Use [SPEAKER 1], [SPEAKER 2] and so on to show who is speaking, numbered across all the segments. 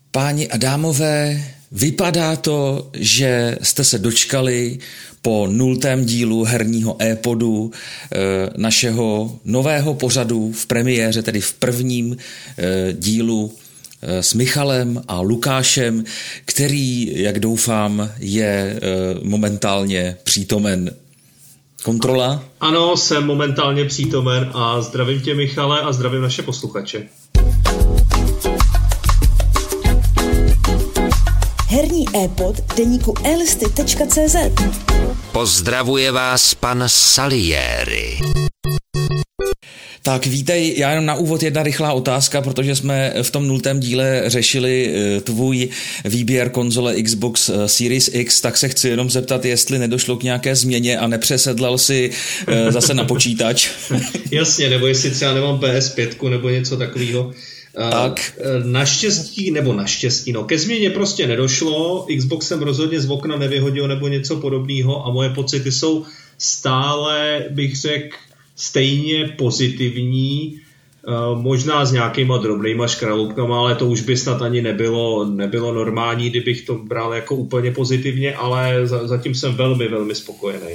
[SPEAKER 1] Páni a dámové, vypadá to, že jste se dočkali po 0. dílu herního e-podu našeho nového pořadu v premiéře, tedy v prvním dílu s Michalem a Lukášem, který, jak doufám, je momentálně přítomen. Kontrola?
[SPEAKER 2] Ano, jsem momentálně přítomen a zdravím tě, Michale, a zdravím naše posluchače.
[SPEAKER 3] Herní e-pod deníku elisty.cz.
[SPEAKER 4] Pozdravuje vás pan Salieri.
[SPEAKER 1] Tak vítej, já jenom na úvod jedna rychlá otázka, protože jsme v tom 0. díle řešili tvůj výběr konzole Xbox Series X, tak se chci jenom zeptat, jestli nedošlo k nějaké změně a nepřesedlal si zase na počítač.
[SPEAKER 2] Jasně, nebo jestli třeba nemám PS5 nebo něco takového.
[SPEAKER 1] Tak.
[SPEAKER 2] Naštěstí, ke změně prostě nedošlo, Xbox jsem rozhodně z okna nevyhodil nebo něco podobného a moje pocity jsou stále, bych řekl, stejně pozitivní, možná s nějakýma drobnýma škraloupkama, ale to už by snad ani nebylo normální, kdybych to bral jako úplně pozitivně, ale zatím jsem velmi, velmi spokojený.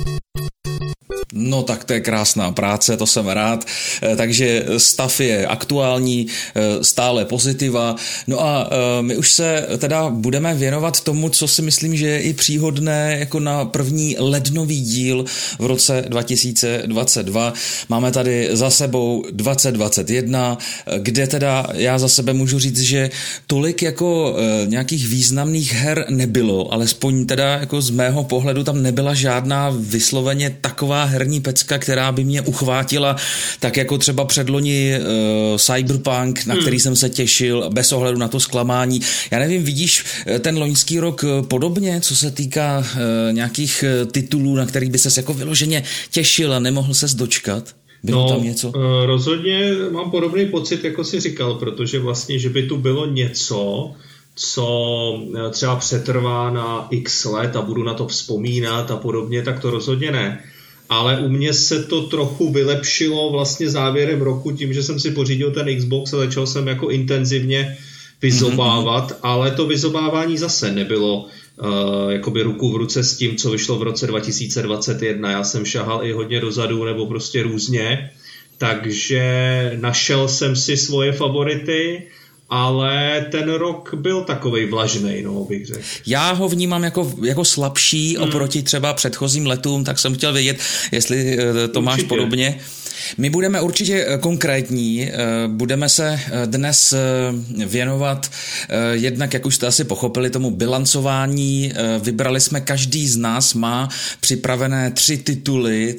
[SPEAKER 1] No tak to je krásná práce, to jsem rád, takže stav je aktuální, stále pozitiva. No a my už se teda budeme věnovat tomu, co si myslím, že je i příhodné jako na první lednový díl v roce 2022. Máme tady za sebou 2021, kde teda já za sebe můžu říct, že tolik jako nějakých významných her nebylo, alespoň teda jako z mého pohledu tam nebyla žádná vysloveně taková herní pecka, která by mě uchvátila, tak jako třeba předloni Cyberpunk, na který jsem se těšil, bez ohledu na to zklamání. Já nevím, vidíš ten loňský rok podobně, co se týká nějakých titulů, na kterých by ses jako vyloženě těšil a nemohl ses dočkat? Bylo tam něco?
[SPEAKER 2] Rozhodně mám podobný pocit, jako jsi říkal, protože vlastně, že by tu bylo něco, co třeba přetrvá na x let a budu na to vzpomínat a podobně, tak to rozhodně ne. Ale u mě se to trochu vylepšilo vlastně závěrem roku tím, že jsem si pořídil ten Xbox a začal jsem jako intenzivně vyzobávat, ale to vyzobávání zase nebylo jakoby ruku v ruce s tím, co vyšlo v roce 2021. Já jsem šahal i hodně dozadu nebo prostě různě, takže našel jsem si svoje favority, ale ten rok byl takovej vlažnej, bych řekl.
[SPEAKER 1] Já ho vnímám jako slabší oproti třeba předchozím letům, tak jsem chtěl vědět, jestli to máš podobně. My budeme určitě konkrétní, budeme se dnes věnovat jednak, jak už jste asi pochopili, tomu bilancování. Vybrali jsme, každý z nás má připravené 3 tituly,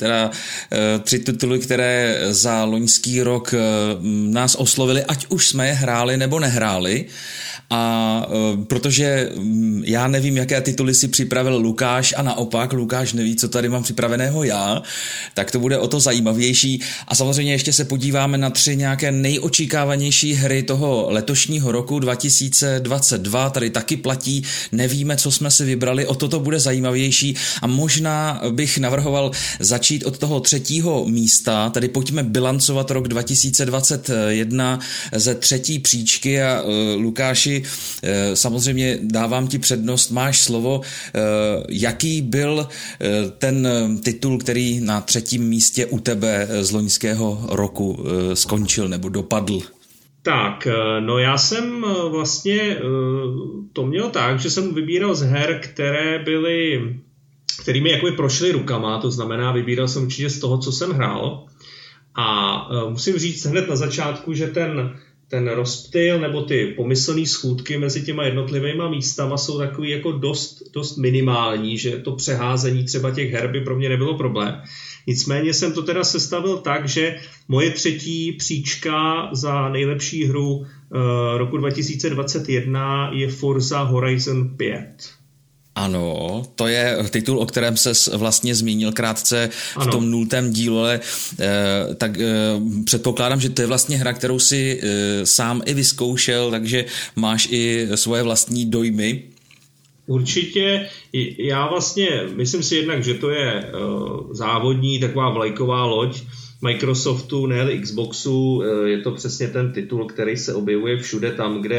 [SPEAKER 1] které za loňský rok nás oslovily, ať už jsme je hráli nebo nehráli. A protože já nevím, jaké tituly si připravil Lukáš a naopak Lukáš neví, co tady mám připraveného já, tak to bude o to zajímavější. A samozřejmě ještě se podíváme na 3 nějaké nejočekávanější hry toho letošního roku 2022. Tady taky platí, nevíme, co jsme si vybrali, o to bude zajímavější a možná bych navrhoval začít od toho 3. místa, tedy pojďme bilancovat rok 2021 ze 3. příčky a Lukáši, samozřejmě dávám ti přednost, máš slovo. Jaký byl ten titul, který na 3. místě u tebe z loňského roku skončil nebo dopadl?
[SPEAKER 2] Tak, já jsem vlastně to měl tak, že jsem vybíral z her, kterými jakoby prošly rukama, to znamená, vybíral jsem určitě z toho, co jsem hrál. A musím říct hned na začátku, že ten rozptyl nebo ty pomyslné schůdky mezi těma jednotlivýma místama jsou takový jako dost minimální, že to přeházení třeba těch her by pro mě nebylo problém. Nicméně jsem to teda sestavil tak, že moje 3. příčka za nejlepší hru roku 2021 je Forza Horizon 5.
[SPEAKER 1] Ano, to je titul, o kterém ses vlastně zmínil krátce v tom 0. díle, tak předpokládám, že to je vlastně hra, kterou si sám i vyzkoušel, takže máš i svoje vlastní dojmy.
[SPEAKER 2] Určitě, já vlastně myslím si jednak, že to je závodní taková vlajková loď Microsoftu, ne Xboxu, je to přesně ten titul, který se objevuje všude tam, kde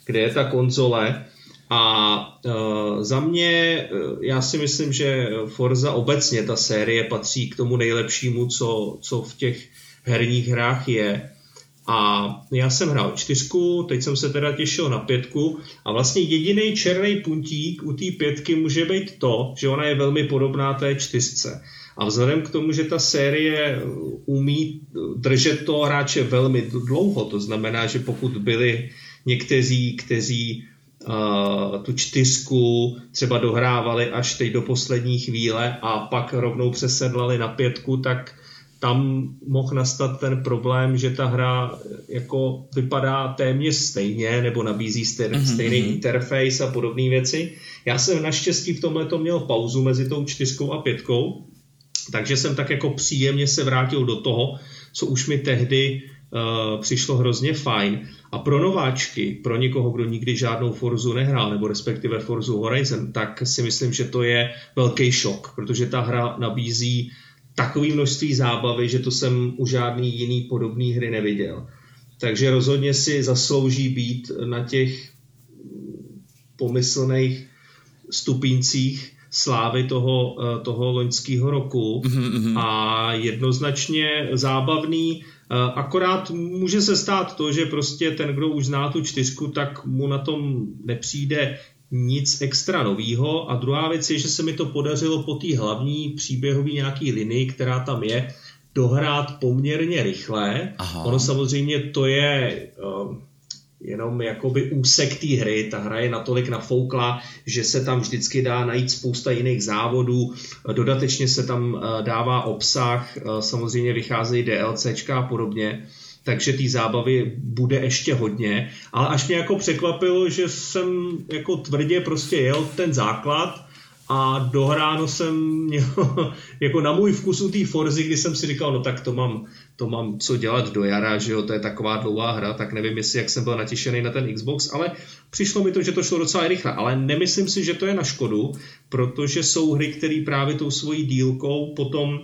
[SPEAKER 2] kde je ta konzole. A za mě, já si myslím, že Forza obecně, ta série patří k tomu nejlepšímu, co v těch herních hrách je. A já jsem hrál 4, teď jsem se teda těšil na 5 a vlastně jediný černý puntík u té 5 může být to, že ona je velmi podobná té 4. A vzhledem k tomu, že ta série umí držet toho hráče velmi dlouho, to znamená, že pokud byli někteří, kteří tu 4 třeba dohrávali až teď do poslední chvíle a pak rovnou přesedlali na 5, tak tam mohl nastat ten problém, že ta hra jako vypadá téměř stejně nebo nabízí stejný interface a podobné věci. Já jsem naštěstí v tomhletom měl pauzu mezi tou 4 a 5, takže jsem tak jako příjemně se vrátil do toho, co už mi tehdy přišlo hrozně fajn. A pro nováčky, pro někoho, kdo nikdy žádnou Forzu nehrál, nebo respektive Forzu Horizon, tak si myslím, že to je velký šok, protože ta hra nabízí takové množství zábavy, že to jsem u žádný jiný podobný hry neviděl. Takže rozhodně si zaslouží být na těch pomyslných stupíncích slávy toho loňského roku a jednoznačně zábavný. Akorát může se stát to, že prostě ten, kdo už zná tu 4, tak mu na tom nepřijde nic extra novýho. A druhá věc je, že se mi to podařilo po té hlavní příběhové nějaký linii, která tam je, dohrát poměrně rychle. Aha. Ono samozřejmě to je jenom jakoby úsek té hry. Ta hra je natolik nafouklá, že se tam vždycky dá najít spousta jiných závodů. Dodatečně se tam dává obsah, samozřejmě vycházejí DLCčka a podobně. Takže té zábavy bude ještě hodně. Ale až mě jako překvapilo, že jsem jako tvrdě prostě jel ten základ a dohráno jsem měl jako na můj vkus u té Forzy, kdy jsem si říkal, no tak to mám co dělat do jara, že jo, to je taková dlouhá hra, tak nevím, jestli jak jsem byl natěšený na ten Xbox, ale přišlo mi to, že to šlo docela rychle, ale nemyslím si, že to je na škodu, protože jsou hry, které právě tou svojí dílkou potom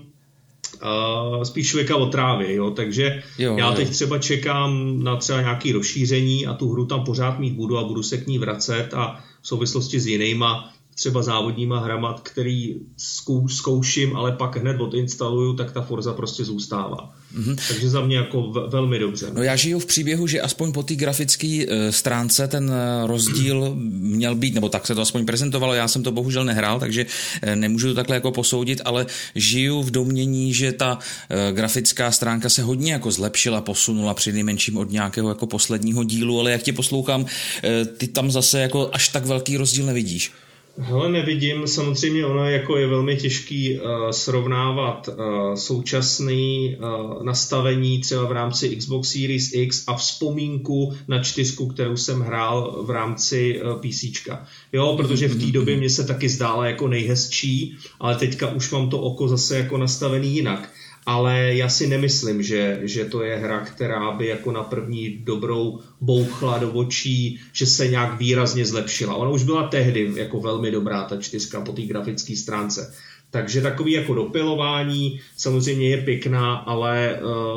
[SPEAKER 2] spíš člověka otráví, jo, takže já teď třeba čekám na třeba nějaké rozšíření a tu hru tam pořád mít budu a budu se k ní vracet a v souvislosti s jinýma třeba závodníma hrama, který zkouším, ale pak hned odinstaluju, tak ta Forza prostě zůstává. Takže za mě jako velmi dobře.
[SPEAKER 1] No já žiju v příběhu, že aspoň po té grafické stránce ten rozdíl měl být, nebo tak se to aspoň prezentovalo, já jsem to bohužel nehrál, takže nemůžu to takhle jako posoudit, ale žiju v domnění, že ta grafická stránka se hodně jako zlepšila, posunula při nejmenším od nějakého jako posledního dílu, ale jak tě poslouchám, ty tam zase jako až tak velký rozdíl nevidíš.
[SPEAKER 2] Hele, nevidím. Samozřejmě ono jako je velmi těžký srovnávat současné nastavení třeba v rámci Xbox Series X a vzpomínku na 4, kterou jsem hrál v rámci PCčka. Jo, protože v té době mě se taky zdála jako nejhezčí, ale teďka už mám to oko zase jako nastavený jinak. Ale já si nemyslím, že to je hra, která by jako na první dobrou bouchla do očí, že se nějak výrazně zlepšila. Ona už byla tehdy jako velmi dobrá, ta 4 po té grafické stránce. Takže takový jako dopilování samozřejmě je pěkná, ale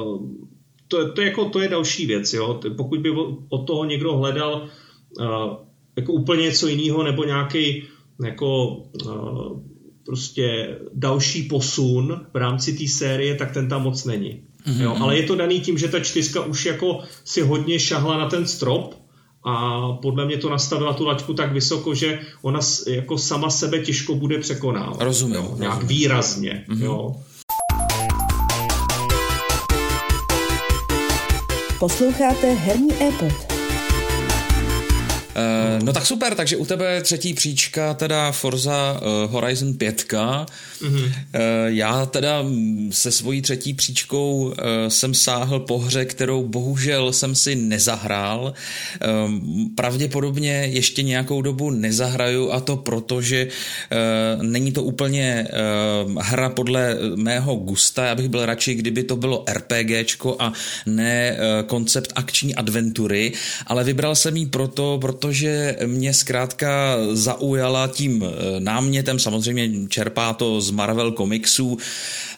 [SPEAKER 2] to je další věc. Jo? Pokud by od toho někdo hledal jako úplně něco jiného nebo nějaký jako prostě další posun v rámci té série, tak ten tam moc není. Jo, ale je to daný tím, že ta 4 už jako si hodně šahla na ten strop a podle mě to nastavila tu laťku tak vysoko, že ona jako sama sebe těžko bude překonávat.
[SPEAKER 1] Rozumím.
[SPEAKER 2] Nějak výrazně. Jo.
[SPEAKER 3] Posloucháte Herní e-pod.
[SPEAKER 1] No tak super, takže u tebe třetí příčka, teda Forza Horizon 5. Já teda se svojí třetí příčkou jsem sáhl po hře, kterou bohužel jsem si nezahrál. Pravděpodobně ještě nějakou dobu nezahraju, a to proto, že není to úplně hra podle mého gusta. Já bych byl radši, kdyby to bylo RPGčko a ne koncept akční adventury, ale vybral jsem ji protože mě zkrátka zaujala tím námětem, samozřejmě čerpá to z Marvel komiksů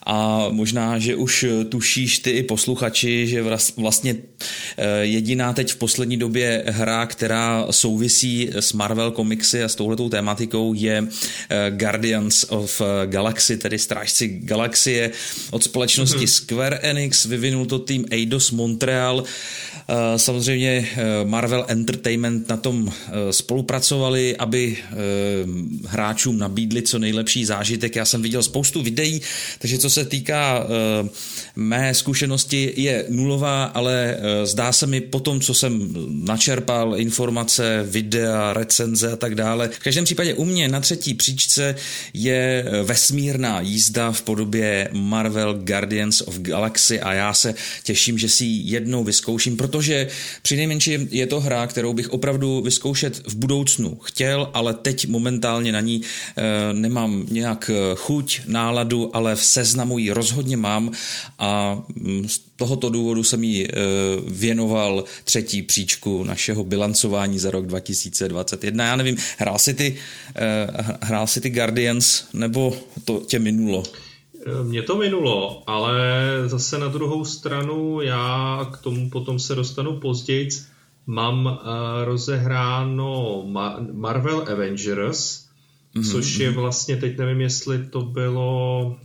[SPEAKER 1] a možná, že už tušíš ty i posluchači, že vlastně jediná teď v poslední době hra, která souvisí s Marvel komiksy a s touhletou tématikou, je Guardians of Galaxy, tedy Strážci galaxie od společnosti Square Enix, vyvinul to tým Eidos Montreal. Samozřejmě Marvel Entertainment na tom spolupracovali, aby hráčům nabídli co nejlepší zážitek. Já jsem viděl spoustu videí, takže co se týká mé zkušenosti je nulová, ale zdá se mi po tom, co jsem načerpal informace, videa, recenze a tak dále. V každém případě u mě na třetí příčce je vesmírná jízda v podobě Marvel Guardians of Galaxy a já se těším, že si ji jednou vyzkouším, protože přinejmenším je to hra, kterou bych opravdu vyzkoušet v budoucnu chtěl, ale teď momentálně na ní nemám nějak chuť, náladu, ale v seznamu ji rozhodně mám a z tohoto důvodu jsem jí věnoval třetí příčku našeho bilancování za rok 2021. Já nevím, hrál si ty Guardians, nebo to tě minulo?
[SPEAKER 2] Mě to minulo, ale zase na druhou stranu já k tomu potom se dostanu později. Mám rozehráno Marvel Avengers, což je vlastně, teď nevím, jestli to bylo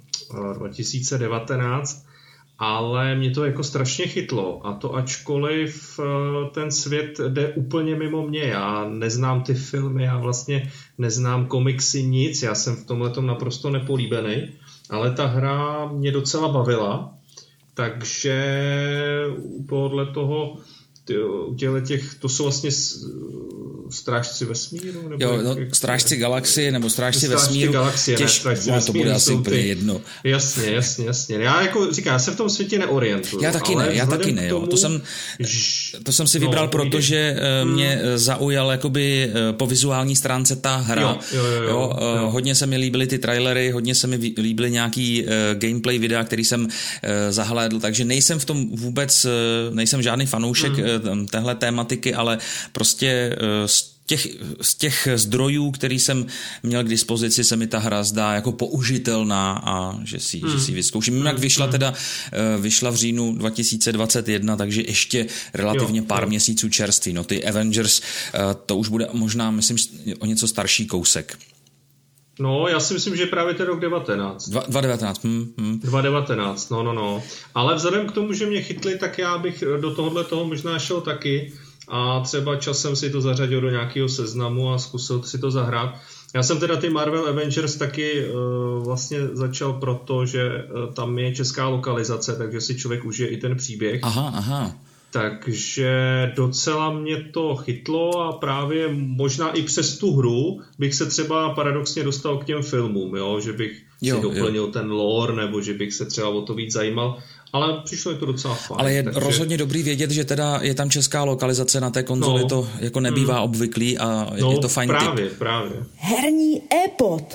[SPEAKER 2] 2019, ale mě to jako strašně chytlo. A to ačkoliv ten svět jde úplně mimo mě. Já neznám ty filmy, já vlastně neznám komiksy, nic. Já jsem v tomhletom naprosto nepolíbený. Ale ta hra mě docela bavila. Takže podle toho to jsou vlastně Strážci vesmíru? Nebo
[SPEAKER 1] Strážci galaxie nebo Strážci vesmíru.
[SPEAKER 2] Galaxie,
[SPEAKER 1] to bude asi úplně jedno.
[SPEAKER 2] Jasně. Já jako říkám, já se v tom světě neorientuju.
[SPEAKER 1] Já taky ne. Tomu, to jsem si vybral, protože mě zaujal jakoby po vizuální stránce ta hra. Jo. Hodně se mi líbily ty trailery, hodně se mi líbily nějaký gameplay videa, který jsem zahlédl, takže nejsem v tom vůbec, nejsem žádný fanoušek téhle tématiky, ale prostě z těch zdrojů, který jsem měl k dispozici, se mi ta hra zdá jako použitelná a že si vyzkouším. Jak vyšla v říjnu 2021, takže ještě relativně pár měsíců čerství. No ty Avengers, to už bude možná, myslím, o něco starší kousek.
[SPEAKER 2] No, já si myslím, že právě ten rok 19.
[SPEAKER 1] 2019.
[SPEAKER 2] 2019, no. Ale vzhledem k tomu, že mě chytli, tak já bych do tohohle toho možná šel taky a třeba časem si to zařadil do nějakého seznamu a zkusil si to zahrát. Já jsem teda ty Marvel Avengers taky vlastně začal proto, že tam je česká lokalizace, takže si člověk užije i ten příběh.
[SPEAKER 1] Aha.
[SPEAKER 2] Takže docela mě to chytlo a právě možná i přes tu hru bych se třeba paradoxně dostal k těm filmům, že bych si doplnil ten lore, nebo že bych se třeba o to víc zajímal, ale přišlo je to docela fajn.
[SPEAKER 1] Ale je rozhodně dobrý vědět, že teda je tam česká lokalizace na té konzoli, to jako nebývá obvyklý a je to fajn tip.
[SPEAKER 2] Právě.
[SPEAKER 3] Herní e-pod.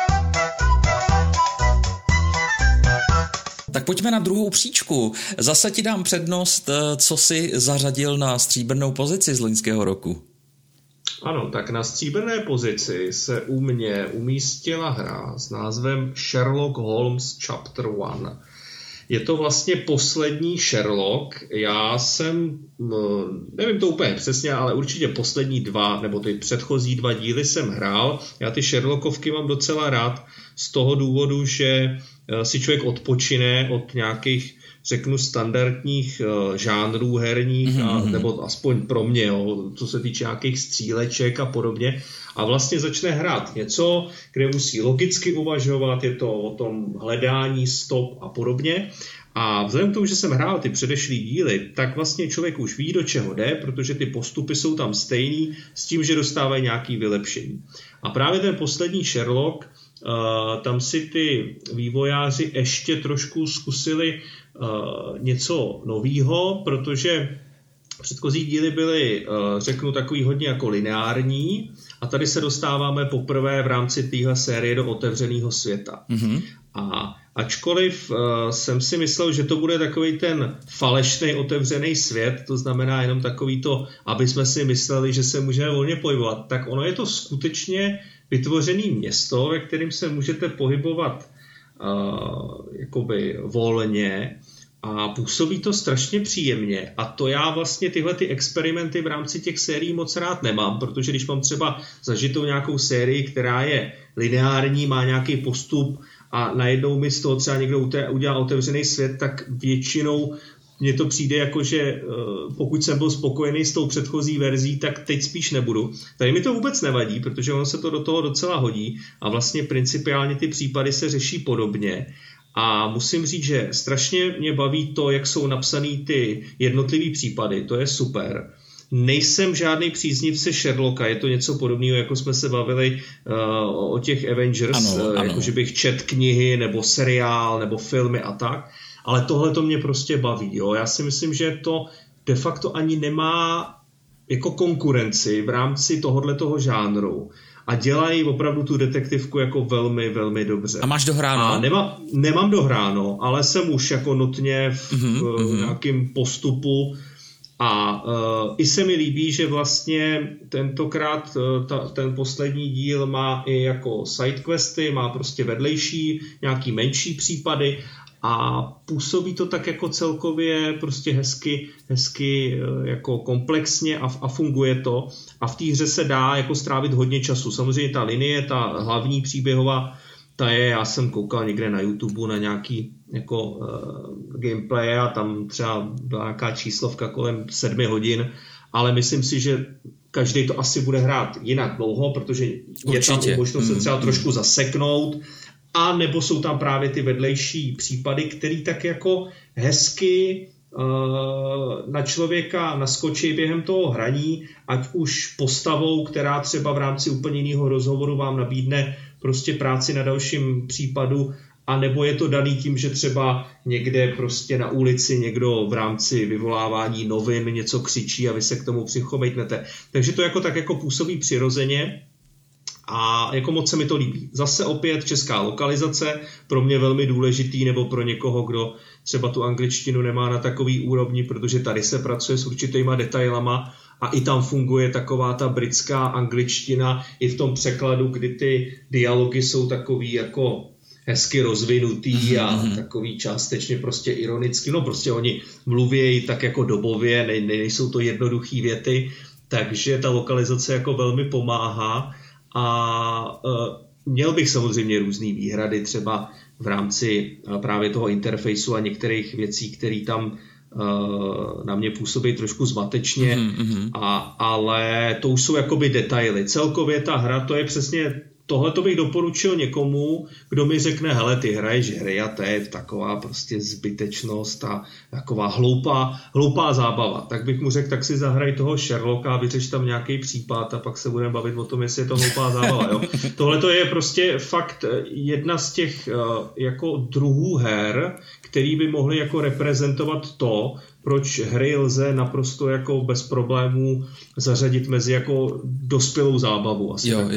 [SPEAKER 1] Tak pojďme na druhou příčku. Zase ti dám přednost, co jsi zařadil na stříbrnou pozici z loňského roku.
[SPEAKER 2] Ano, tak na stříbrné pozici se u mě umístila hra s názvem Sherlock Holmes Chapter 1. Je to vlastně poslední Sherlock. Já jsem, nevím to úplně přesně, ale určitě poslední 2, nebo ty předchozí 2 díly jsem hrál. Já ty Sherlockovky mám docela rád z toho důvodu, že si člověk odpočine od nějakých, řeknu, standardních žánrů herních, nebo aspoň pro mě, co se týče nějakých stříleček a podobně. A vlastně začne hrát něco, kde musí logicky uvažovat, je to o tom hledání, stop a podobně. A vzhledem k tomu, že jsem hrál ty předešlý díly, tak vlastně člověk už ví, do čeho jde, protože ty postupy jsou tam stejný s tím, že dostávají nějaký vylepšení. A právě ten poslední Sherlock, tam si ty vývojáři ještě trošku zkusili něco novýho, protože předchozí díly byly, řeknu, takový hodně jako lineární a tady se dostáváme poprvé v rámci téhle série do otevřeného světa. A ačkoliv jsem si myslel, že to bude takový ten falešný otevřený svět, to znamená jenom takový to, aby jsme si mysleli, že se můžeme volně pohybovat, tak ono je to skutečně vytvořené město, ve kterém se můžete pohybovat jakoby volně a působí to strašně příjemně. A to já vlastně tyhle ty experimenty v rámci těch sérií moc rád nemám, protože když mám třeba zažitou nějakou sérii, která je lineární, má nějaký postup a najednou mi z toho třeba někdo udělá otevřený svět, tak většinou mně to přijde jako, že pokud jsem byl spokojený s tou předchozí verzí, tak teď spíš nebudu. Tady mi to vůbec nevadí, protože ono se to do toho docela hodí a vlastně principiálně ty případy se řeší podobně. A musím říct, že strašně mě baví to, jak jsou napsaný ty jednotlivý případy, to je super. Nejsem žádný příznivce Sherlocka, je to něco podobného, jako jsme se bavili o těch Avengers, jako že bych čet knihy, nebo seriál, nebo filmy a tak. Ale tohle to mě prostě baví. Jo? Já si myslím, že to de facto ani nemá jako konkurenci v rámci tohoto žánru. A dělají opravdu tu detektivku jako velmi, velmi dobře.
[SPEAKER 1] A máš dohráno?
[SPEAKER 2] A nemám dohráno, ale jsem už jako nutně v nějakém postupu. A i se mi líbí, že vlastně tentokrát ten poslední díl má i jako sidequesty, má prostě vedlejší, nějaký menší případy a působí to tak jako celkově prostě hezky jako komplexně a funguje to. A v té hře se dá jako strávit hodně času. Samozřejmě ta linie, ta hlavní příběhová, já jsem koukal někde na YouTube na nějaký jako gameplay a tam třeba byla nějaká číslovka kolem 7 hodin, ale myslím si, že každý to asi bude hrát jinak dlouho, protože je tam možnost se třeba trošku zaseknout, a nebo jsou tam právě ty vedlejší případy, který tak jako hezky na člověka naskočí během toho hraní, ať už postavou, která třeba v rámci úplně jiného rozhovoru vám nabídne prostě práci na dalším případu, a nebo je to daný tím, že třeba někde prostě na ulici někdo v rámci vyvolávání novin něco křičí a vy se k tomu přichovejtnete. Takže to jako tak jako působí přirozeně a jako moc se mi to líbí. Zase opět česká lokalizace, pro mě velmi důležitý, nebo pro někoho, kdo třeba tu angličtinu nemá na takový úrovni, protože tady se pracuje s určitýma detailama a i tam funguje taková ta britská angličtina i v tom překladu, kdy ty dialogy jsou takový jako hezky rozvinutý a takový částečně prostě ironický. No prostě oni mluví tak jako dobově, nejsou to jednoduchý věty, takže ta lokalizace jako velmi pomáhá a měl bych samozřejmě různý výhrady třeba v rámci právě toho interfejsu a některých věcí, které tam na mě působí trošku zmatečně, ale to už jsou jakoby detaily. Celkově ta hra, to je přesně tohle to bych doporučil někomu, kdo mi řekne, hele, ty hraješ hry a to je taková prostě zbytečnost a taková hloupá zábava. Tak bych mu řekl, tak si zahraj toho Sherlocka a vyřeš tam nějaký případ a pak se budeme bavit o tom, jestli je to hloupá zábava. Jo? Tohle to je prostě fakt jedna z těch jako druhů her, který by mohly jako reprezentovat to, proč hry lze naprosto jako bez problémů zařadit mezi jako dospělou zábavu. Asi
[SPEAKER 1] jo.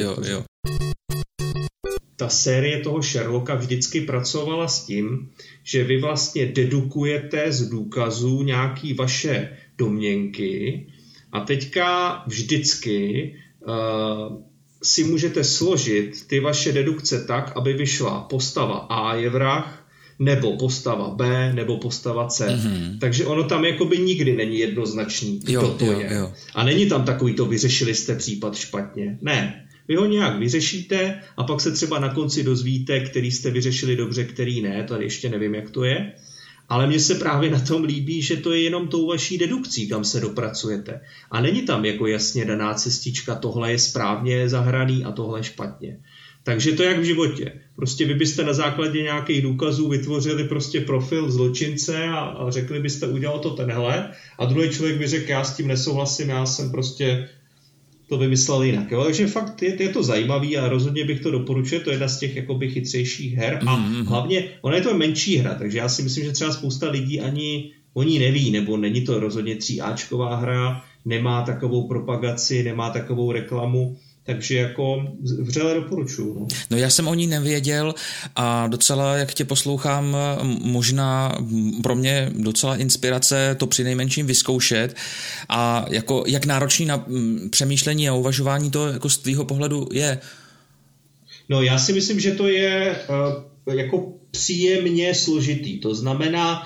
[SPEAKER 2] Ta série toho Sherlocka vždycky pracovala s tím, že vy vlastně dedukujete z důkazů nějaké vaše domněnky a teďka vždycky si můžete složit ty vaše dedukce tak, aby vyšla postava A je vrah, nebo postava B, nebo postava C. Takže ono tam jakoby nikdy není jednoznačný, kdo to je. Jo. A není tam takový to, vyřešili jste případ špatně. Ne. Vy ho nějak vyřešíte a pak se třeba na konci dozvíte, který jste vyřešili dobře, který ne, tady ještě nevím, jak to je. Ale mně se právě na tom líbí, že to je jenom tou vaší dedukcí, kam se dopracujete. A není tam jako jasně daná cestička, tohle je správně zahraný a tohle je špatně. Takže to jak v životě. Prostě vy byste na základě nějakých důkazů vytvořili prostě profil zločince a řekli byste, udělal to tenhle, a druhý člověk by řekl, já s tím nesouhlasím, já jsem prostě to vymyslel jinak. Jo? Takže fakt je to zajímavý a rozhodně bych to doporučil, to je jedna z těch jakoby chytřejších her a hlavně, ona je to menší hra, takže já si myslím, že třeba spousta lidí ani o ní neví, nebo není to rozhodně 3áčková hra, nemá takovou propagaci, nemá takovou reklamu, takže jako vřele doporučuju.
[SPEAKER 1] No já jsem o ní nevěděl a docela, jak tě poslouchám, možná pro mě docela inspirace to přinejmenším vyzkoušet a jako jak náročný na přemýšlení a uvažování to jako z tvýho pohledu je.
[SPEAKER 2] No já si myslím, že to je jako příjemně složitý. To znamená,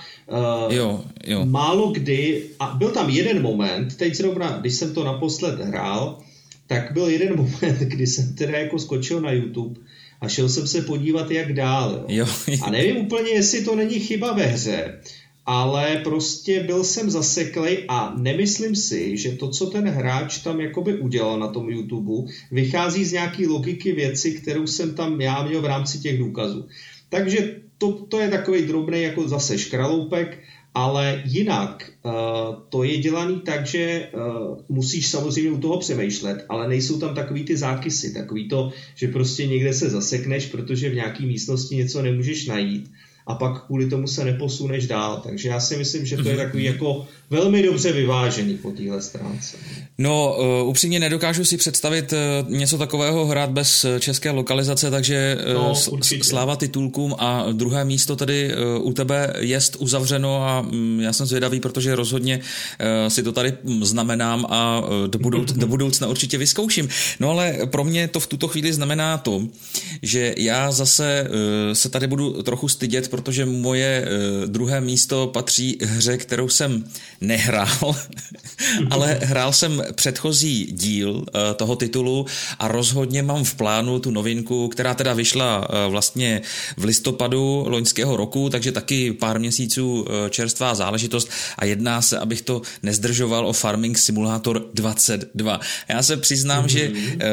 [SPEAKER 2] málo kdy, a byl tam jeden moment, teď zrovna, když jsem to naposled hrál, tak byl jeden moment, kdy jsem teda jako skočil na YouTube a šel jsem se podívat, jak dál. Jo. A nevím úplně, jestli to není chyba ve hře, ale prostě byl jsem zaseklej a nemyslím si, že to, co ten hráč tam jakoby udělal na tom YouTube, vychází z nějaký logiky věci, kterou jsem tam já měl v rámci těch důkazů. Takže to je takový drobný jako zase škraloupek, ale jinak to je dělaný tak, že musíš samozřejmě u toho přemýšlet, ale nejsou tam takový ty zákysy, takový to, že prostě někde se zasekneš, protože v nějaký místnosti něco nemůžeš najít a pak kvůli tomu se neposuneš dál. Takže já si myslím, že to je takový jako velmi dobře vyvážený po téhle stránce.
[SPEAKER 1] No, upřímně nedokážu si představit něco takového hrát bez české lokalizace, takže sláva titulkům a druhé místo tedy u tebe jest uzavřeno a já jsem zvědavý, protože rozhodně si to tady znamenám a do budoucna určitě vyzkouším. No ale pro mě to v tuto chvíli znamená to, že já zase se tady budu trochu stydět, protože moje druhé místo patří hře, kterou jsem nehrál, ale hrál jsem předchozí díl toho titulu a rozhodně mám v plánu tu novinku, která teda vyšla vlastně v listopadu loňského roku, takže taky pár měsíců čerstvá záležitost a jedná se, abych to nezdržoval, o Farming Simulator 22. Já se přiznám, že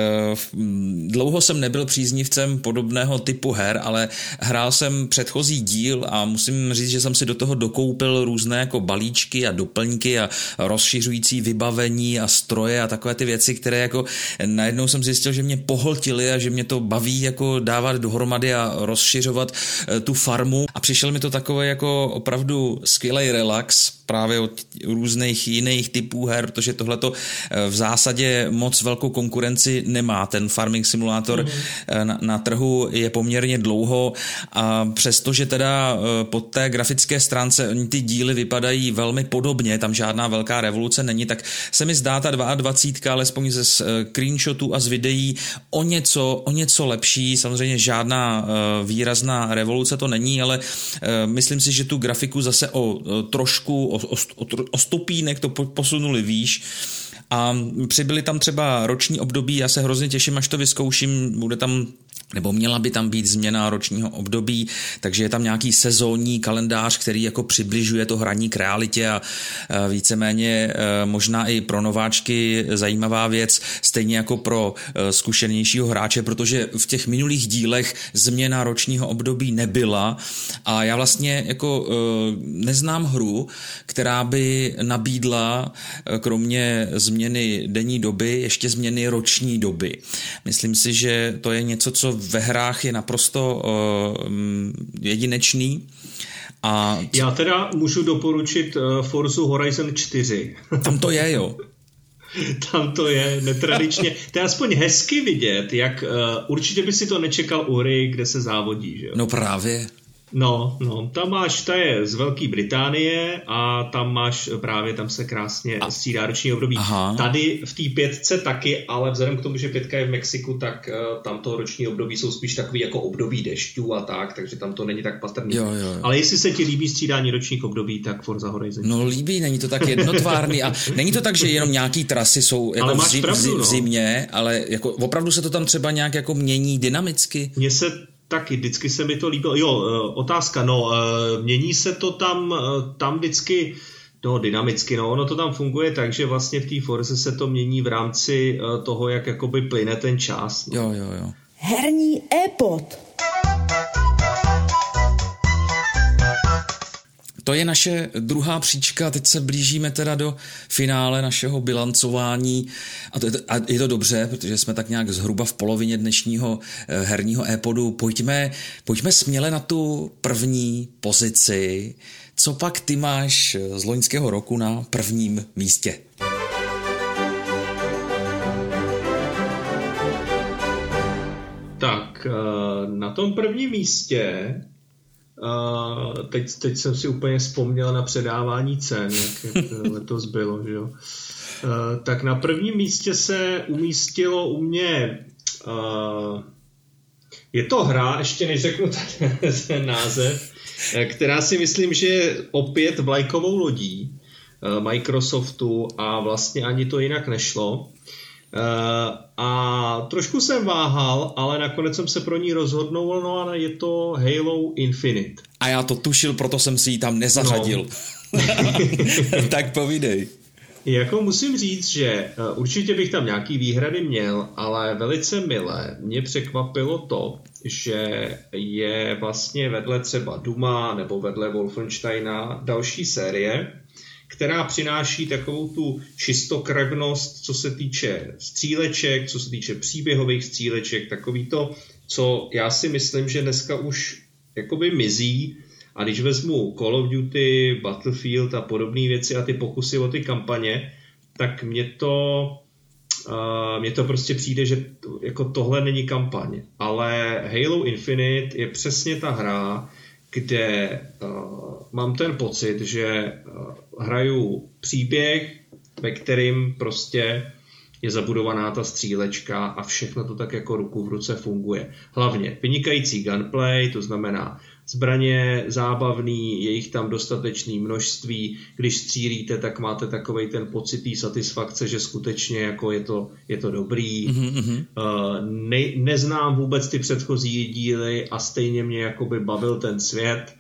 [SPEAKER 1] dlouho jsem nebyl příznivcem podobného typu her, ale hrál jsem předchozí díl a musím říct, že jsem si do toho dokoupil různé jako balíčky a doplňky a rozšiřující vybavení a stroje a takové ty věci, které jako najednou jsem zjistil, že mě pohltily a že mě to baví jako dávat dohromady a rozšiřovat tu farmu a přišel mi to takové jako opravdu skvělý relax právě od různých jiných typů her, protože tohleto v zásadě moc velkou konkurenci nemá. Ten Farming Simulator na trhu je poměrně dlouho a přestože teda pod té grafické stránce ty díly vypadají velmi podobně, tam žádná velká revoluce není, tak se mi zdá ta 22, alespoň ze screenshotů a z videí o něco lepší. Samozřejmě žádná výrazná revoluce to není, ale myslím si, že tu grafiku zase o stupínek to posunuli výš a přibyly tam třeba roční období, já se hrozně těším, až to vyzkouším, bude tam nebo měla by tam být změna ročního období, takže je tam nějaký sezónní kalendář, který jako přibližuje to hraní k realitě a víceméně možná i pro nováčky zajímavá věc, stejně jako pro zkušenějšího hráče, protože v těch minulých dílech změna ročního období nebyla a já vlastně jako neznám hru, která by nabídla kromě změny denní doby ještě změny roční doby. Myslím si, že to je něco, co ve hrách je naprosto jedinečný. A
[SPEAKER 2] já teda můžu doporučit Forzu Horizon 4.
[SPEAKER 1] Tam to je, jo.
[SPEAKER 2] Tam to je netradičně. To je aspoň hezky vidět, jak určitě by si to nečekal u hry, kde se závodí, že jo?
[SPEAKER 1] No právě.
[SPEAKER 2] No, ta je z Velké Británie a tam se krásně střídá roční období. Aha. Tady v té 5 taky, ale vzhledem k tomu, že 5 je v Mexiku, tak tam to roční období jsou spíš takový jako období dešťů a tak, takže tam to není tak patrný. Jo. Ale jestli se ti líbí střídání ročních období, tak Forza Horizon.
[SPEAKER 1] No líbí, není to tak jednotvárný a není to tak, že jenom nějaký trasy jsou jako v zimě, ale jako opravdu se to tam třeba nějak jako mění dynamicky.
[SPEAKER 2] Mně se taky, vždycky se mi to líbilo. Otázka, mění se to tam vždycky dynamicky, ono to tam funguje tak, že vlastně v té Forze se to mění v rámci toho, jak jakoby plyne ten čas.
[SPEAKER 1] Jo.
[SPEAKER 3] Herní e-pod.
[SPEAKER 1] To je naše druhá příčka, teď se blížíme teda do finále našeho bilancování a je to dobře, protože jsme tak nějak zhruba v polovině dnešního herního e-podu. Pojďme směle na tu první pozici. Co pak ty máš z loňského roku na prvním místě?
[SPEAKER 2] Tak, na tom prvním místě teď jsem si úplně vzpomněl na předávání cen, jak letos bylo, že jo. Tak na prvním místě se umístilo u mě Je to hra, ještě než řeknu ten název, která si myslím, že je opět vlajkovou lodí Microsoftu a vlastně ani to jinak nešlo. A trošku jsem váhal, ale nakonec jsem se pro ní rozhodnul, no a je to Halo Infinite.
[SPEAKER 1] A já to tušil, proto jsem si ji tam nezařadil. No. Tak povídej.
[SPEAKER 2] Jako musím říct, že určitě bych tam nějaký výhrady měl, ale velice milé mě překvapilo to, že je vlastně vedle třeba Duma nebo vedle Wolfensteina další série, která přináší takovou tu čistokrevnost, co se týče stříleček, co se týče příběhových stříleček, takový to, co já si myslím, že dneska už jakoby mizí. A když vezmu Call of Duty, Battlefield a podobné věci a ty pokusy o ty kampaně, tak mně to prostě přijde, že jako tohle není kampaň. Ale Halo Infinite je přesně ta hra, kde mám ten pocit, že hraju příběh, ve kterým prostě je zabudovaná ta střílečka a všechno to tak jako ruku v ruce funguje. Hlavně vynikající gunplay, to znamená zbraně zábavný, je jich tam dostatečné množství, když střílíte, tak máte takovej ten pocit té satisfakce, že skutečně jako je to dobrý. Neznám vůbec ty předchozí díly a stejně mě jakoby bavil ten svět.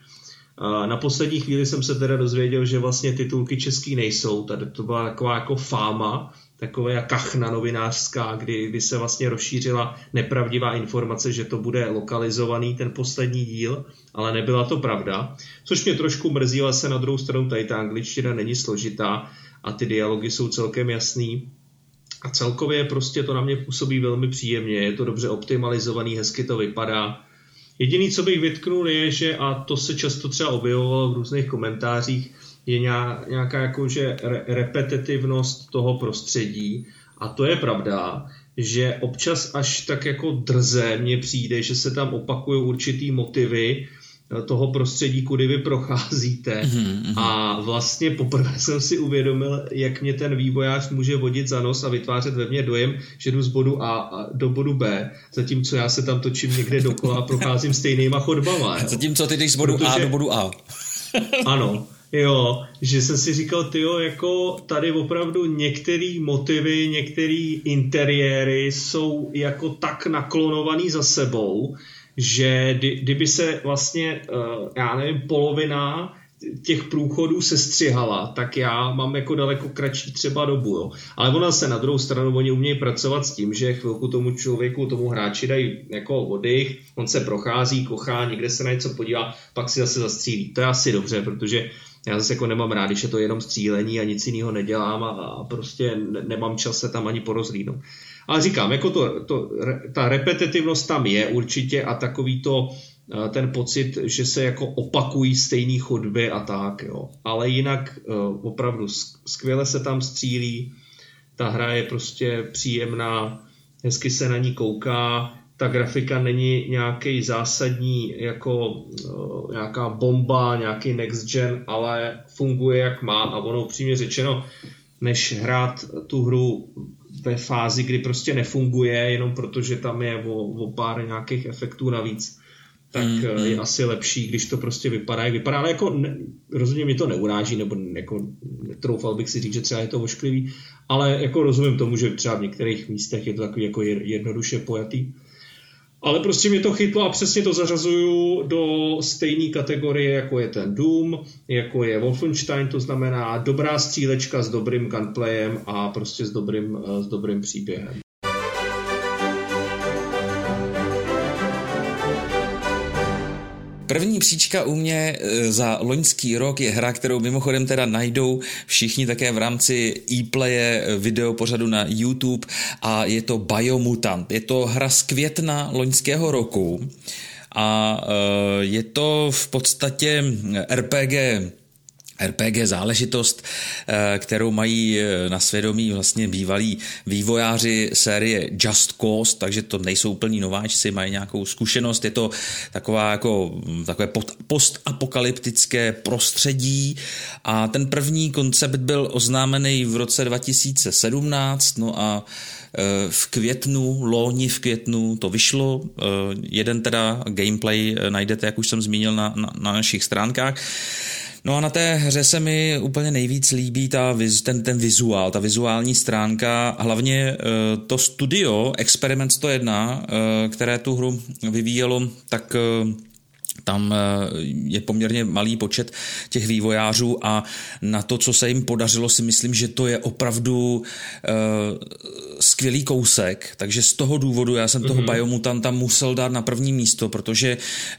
[SPEAKER 2] Na poslední chvíli jsem se teda dozvěděl, že vlastně titulky český nejsou, tady to byla taková jako fáma, taková kachna novinářská, kdy se vlastně rozšířila nepravdivá informace, že to bude lokalizovaný ten poslední díl, ale nebyla to pravda, což mě trošku mrzí, ale se na druhou stranu tady ta angličtina není složitá a ty dialogy jsou celkem jasný a celkově prostě to na mě působí velmi příjemně, je to dobře optimalizovaný, hezky to vypadá. Jediný, co bych vytknul, je, že, a to se často třeba objevovalo v různých komentářích, je nějaká jakože repetitivnost toho prostředí. A to je pravda, že občas až tak jako drze mně přijde, že se tam opakují určitý motivy toho prostředí, kudy vy procházíte. A vlastně poprvé jsem si uvědomil, jak mě ten vývojář může vodit za nos a vytvářet ve mně dojem, že jdu z bodu A do bodu B, zatímco já se tam točím někde dokola a procházím stejnýma chodbama. Jo.
[SPEAKER 1] Zatímco ty jdeš z bodu A do bodu A.
[SPEAKER 2] Ano. Jo, že jsem si říkal, tyjo, jako tady opravdu některé motivy, některé interiéry jsou jako tak naklonovaný za sebou, že kdyby se vlastně, já nevím, polovina těch průchodů sestřihala, tak já mám jako daleko kratší třeba dobu, jo. Ale ona se na druhou stranu, oni umějí pracovat s tím, že chvilku tomu člověku, tomu hráči dají jako oddych, on se prochází, kochá, někde se na něco podívá, pak si zase zastřílí. To je asi dobře, protože já zase jako nemám rád, když je to jenom střílení a nic jiného nedělám a prostě nemám čas se tam ani porozlídnout. Ale říkám, jako ta repetitivnost tam je určitě a takový to, ten pocit, že se jako opakují stejný chodby a tak, jo. Ale jinak opravdu skvěle se tam střílí, ta hra je prostě příjemná, hezky se na ní kouká, ta grafika není nějaký zásadní jako nějaká bomba, nějaký next gen, ale funguje jak má a ono upřímně řečeno, než hrát tu hru ve fázi, kdy prostě nefunguje, jenom protože tam je o pár nějakých efektů navíc, tak je asi lepší, když to prostě vypadá, jak vypadá, ale jako rozhodně mě to neuráží, nebo jako netroufal bych si říct, že třeba je to ošklivý, ale jako rozumím tomu, že třeba v některých místech je to takový jako jednoduše pojatý. Ale prostě mě to chytlo a přesně to zařazuju do stejné kategorie, jako je ten Doom, jako je Wolfenstein, to znamená dobrá střílečka s dobrým gunplayem a prostě s dobrým příběhem.
[SPEAKER 1] První příčka u mě za loňský rok je hra, kterou mimochodem teda najdou všichni také v rámci ePlaye videopořadu na YouTube a je to Biomutant. Je to hra z května loňského roku a je to v podstatě RPG záležitost, kterou mají na svědomí vlastně bývalí vývojáři série Just Cause, takže to nejsou úplní nováčci, mají nějakou zkušenost, je to takové postapokalyptické prostředí a ten první koncept byl oznámený v roce 2017, no a loni v květnu to vyšlo. Jeden teda gameplay najdete, jak už jsem zmínil, na našich stránkách. No a na té hře se mi úplně nejvíc líbí ten vizuál, ta vizuální stránka, a hlavně to studio Experiment 101, které tu hru vyvíjelo, tak tam je poměrně malý počet těch vývojářů a na to, co se jim podařilo, si myslím, že to je opravdu skvělý kousek, takže z toho důvodu já jsem toho Biomutanta musel dát na první místo, protože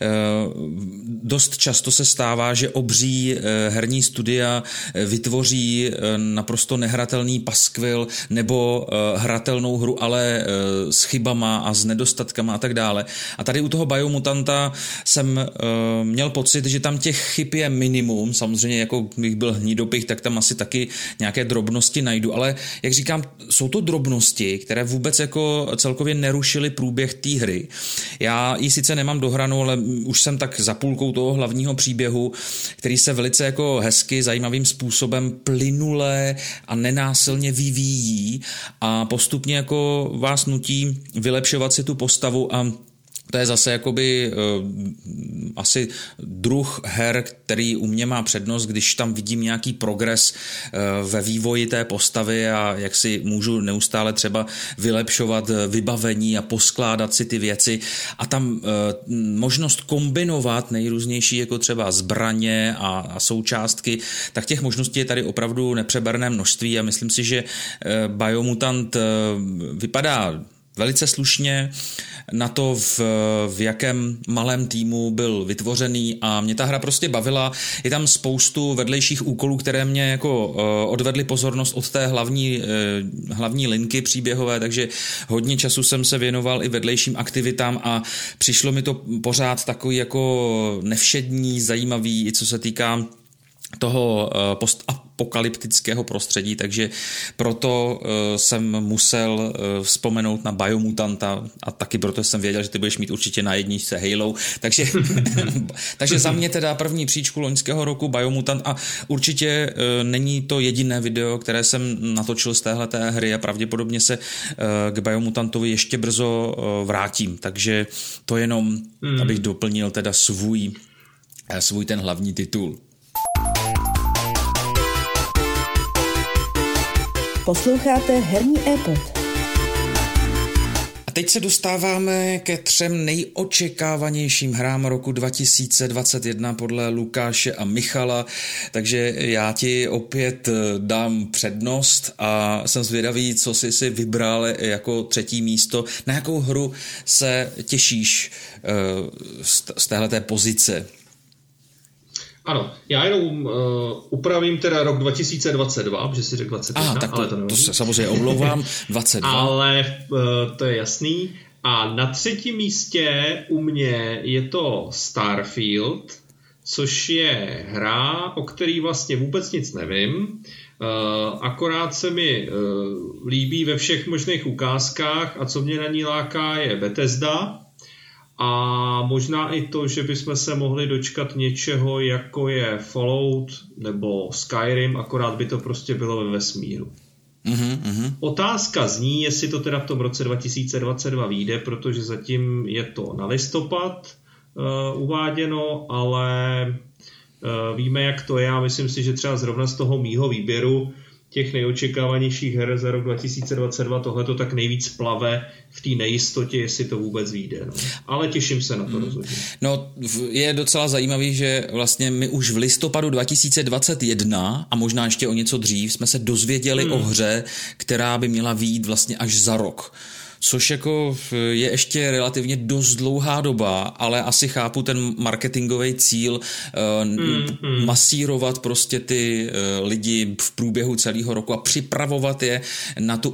[SPEAKER 1] dost často se stává, že obří herní studia vytvoří naprosto nehratelný paskvil nebo hratelnou hru, ale s chybama a s nedostatkama a tak dále. A tady u toho Biomutanta jsem měl pocit, že tam těch chyb je minimum, samozřejmě jako bych byl hnidopich, tak tam asi taky nějaké drobnosti najdu, ale jak říkám, jsou to drobnosti, které vůbec jako celkově nerušily průběh té hry. Já ji sice nemám dohranou, ale už jsem tak za půlkou toho hlavního příběhu, který se velice jako hezky, zajímavým způsobem plynule a nenásilně vyvíjí a postupně jako vás nutí vylepšovat si tu postavu a to je zase jakoby asi druh her, který u mě má přednost, když tam vidím nějaký progres ve vývoji té postavy a jak si můžu neustále třeba vylepšovat vybavení a poskládat si ty věci a tam možnost kombinovat nejrůznější jako třeba zbraně a součástky, tak těch možností je tady opravdu nepřeberné množství a myslím si, že Biomutant vypadá velice slušně na to, v jakém malém týmu byl vytvořený a mě ta hra prostě bavila. Je tam spoustu vedlejších úkolů, které mě jako odvedly pozornost od té hlavní linky příběhové, takže hodně času jsem se věnoval i vedlejším aktivitám a přišlo mi to pořád takový jako nevšední, zajímavý, i co se týká toho postapokalyptického prostředí, takže proto jsem musel vzpomenout na Biomutanta a taky proto jsem věděl, že ty budeš mít určitě na jedničce Halo, takže za mě teda první příčku loňského roku Biomutant a určitě není to jediné video, které jsem natočil z téhleté hry a pravděpodobně se k Biomutantovi ještě brzo vrátím, takže to jenom, abych doplnil teda svůj ten hlavní titul.
[SPEAKER 3] Posloucháte Herní epod.
[SPEAKER 1] A teď se dostáváme ke 3 nejočekávanějším hrám roku 2021 podle Lukáše a Michala, takže já ti opět dám přednost a jsem zvědavý, co jsi si vybral jako 3. místo. Na jakou hru se těšíš z téhleté pozice?
[SPEAKER 2] Ano, já jenom upravím teda rok 2022, protože si řekl 21,
[SPEAKER 1] tak
[SPEAKER 2] ale to nevím.
[SPEAKER 1] To se samozřejmě omlouvám, 22.
[SPEAKER 2] Ale to je jasný. A na 3. místě u mě je to Starfield, což je hra, o který vlastně vůbec nic nevím. Akorát se mi líbí ve všech možných ukázkách a co mě na ní láká je Bethesda. A možná i to, že bychom se mohli dočkat něčeho, jako je Fallout nebo Skyrim, akorát by to prostě bylo ve vesmíru. Otázka zní, jestli to teda v tom roce 2022 vyjde, protože zatím je to na listopad uváděno, ale víme, jak to je a myslím si, že třeba zrovna z toho mýho výběru těch nejočekávanějších her za rok 2022 tohleto tak nejvíc plave v té nejistotě, jestli to vůbec vyjde. No. Ale těším se na to rozhodně.
[SPEAKER 1] No, je docela zajímavý, že vlastně my už v listopadu 2021 a možná ještě o něco dřív jsme se dozvěděli o hře, která by měla vyjít vlastně až za rok. Což jako je ještě relativně dost dlouhá doba, ale asi chápu ten marketingový cíl masírovat prostě ty lidi v průběhu celého roku a připravovat je na tu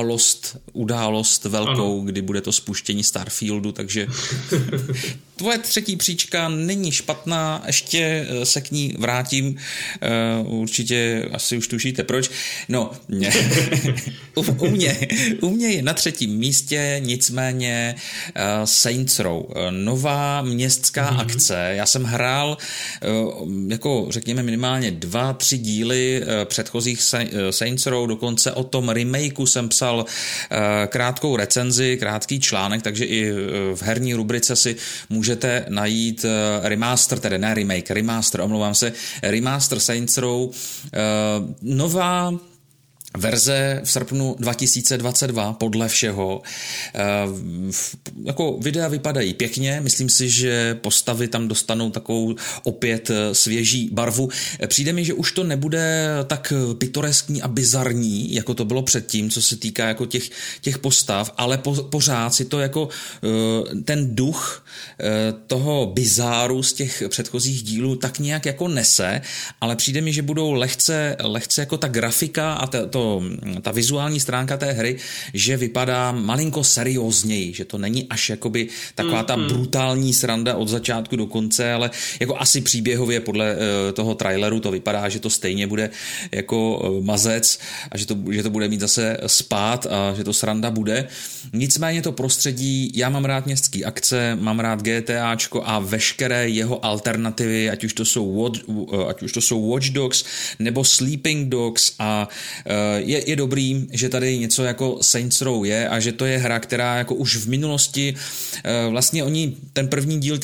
[SPEAKER 1] událost velkou, kdy bude to spuštění Starfieldu, takže tvoje 3. příčka není špatná, ještě se k ní vrátím, určitě asi už tušíte proč. No, u mě je na 3. místě místě nicméně Saints Row. Nová městská akce. Já jsem hrál jako řekněme minimálně 2-3 díly předchozích Saints Row, dokonce o tom remakeu jsem psal krátkou recenzi, krátký článek, takže i v herní rubrice si můžete najít remaster, tedy ne remake, remaster, omlouvám se, remaster Saints Row, nová verze v srpnu 2022 podle všeho. Jako videa vypadají pěkně, myslím si, že postavy tam dostanou takovou opět svěží barvu. Přijde mi, že už to nebude tak pitoreskní a bizarní, jako to bylo předtím, co se týká jako těch postav, ale pořád si to jako ten duch toho bizáru z těch předchozích dílů tak nějak jako nese, ale přijde mi, že budou lehce jako ta grafika a ta vizuální stránka té hry, že vypadá malinko seriózněji, že to není až jakoby taková ta brutální sranda od začátku do konce, ale jako asi příběhově podle toho traileru to vypadá, že to stejně bude jako mazec a že to bude mít zase spát a že to sranda bude. Nicméně to prostředí, já mám rád městský akce, mám rád GTAčko a veškeré jeho alternativy, ať už to jsou Watch Dogs nebo Sleeping Dogs a je dobrý, že tady něco jako Saints Row je a že to je hra, která jako už v minulosti vlastně ten první díl,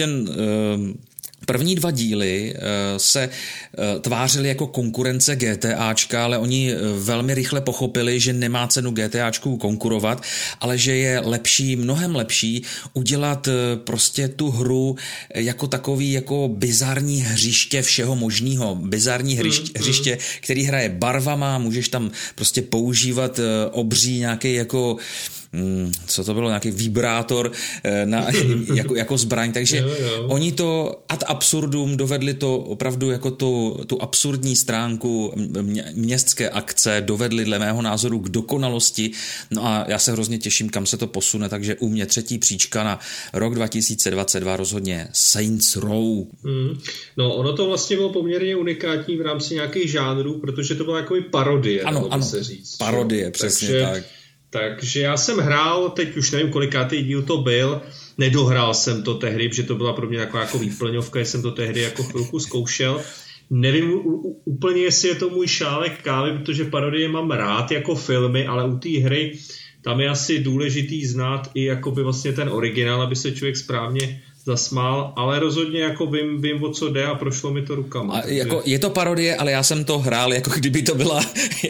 [SPEAKER 1] první 2 díly se tvářily jako konkurence GTAčka, ale oni velmi rychle pochopili, že nemá cenu GTAčku konkurovat, ale že je lepší, mnohem lepší udělat prostě tu hru jako takový jako bizarní hřiště všeho možného. Bizarní hřiště, který hraje barvama, můžeš tam prostě používat obří nějaký jako co to bylo, nějaký vibrátor jako zbraň, takže oni to ad absurdum dovedli to opravdu jako tu absurdní stránku městské akce, dovedli dle mého názoru k dokonalosti, no a já se hrozně těším, kam se to posune, takže u mě 3. příčka na rok 2022 rozhodně Saints Row.
[SPEAKER 2] No ono to vlastně bylo poměrně unikátní v rámci nějakých žánrů, protože to byla jako parodie,
[SPEAKER 1] ano,
[SPEAKER 2] se říct.
[SPEAKER 1] Parodie, přesně tak.
[SPEAKER 2] Takže já jsem hrál, teď už nevím, kolikátý díl to byl, nedohrál jsem to tehdy, protože to byla pro mě taková jako výplňovka, jsem to tehdy jako chvilku zkoušel. Nevím úplně, jestli je to můj šálek kávy, protože parodie mám rád jako filmy, ale u té hry tam je asi důležitý znát i jakoby vlastně ten originál, aby se člověk správně zasmál, ale rozhodně jako vím, o co jde a prošlo mi to rukama.
[SPEAKER 1] A jako je to parodie, ale já jsem to hrál, jako kdyby to byla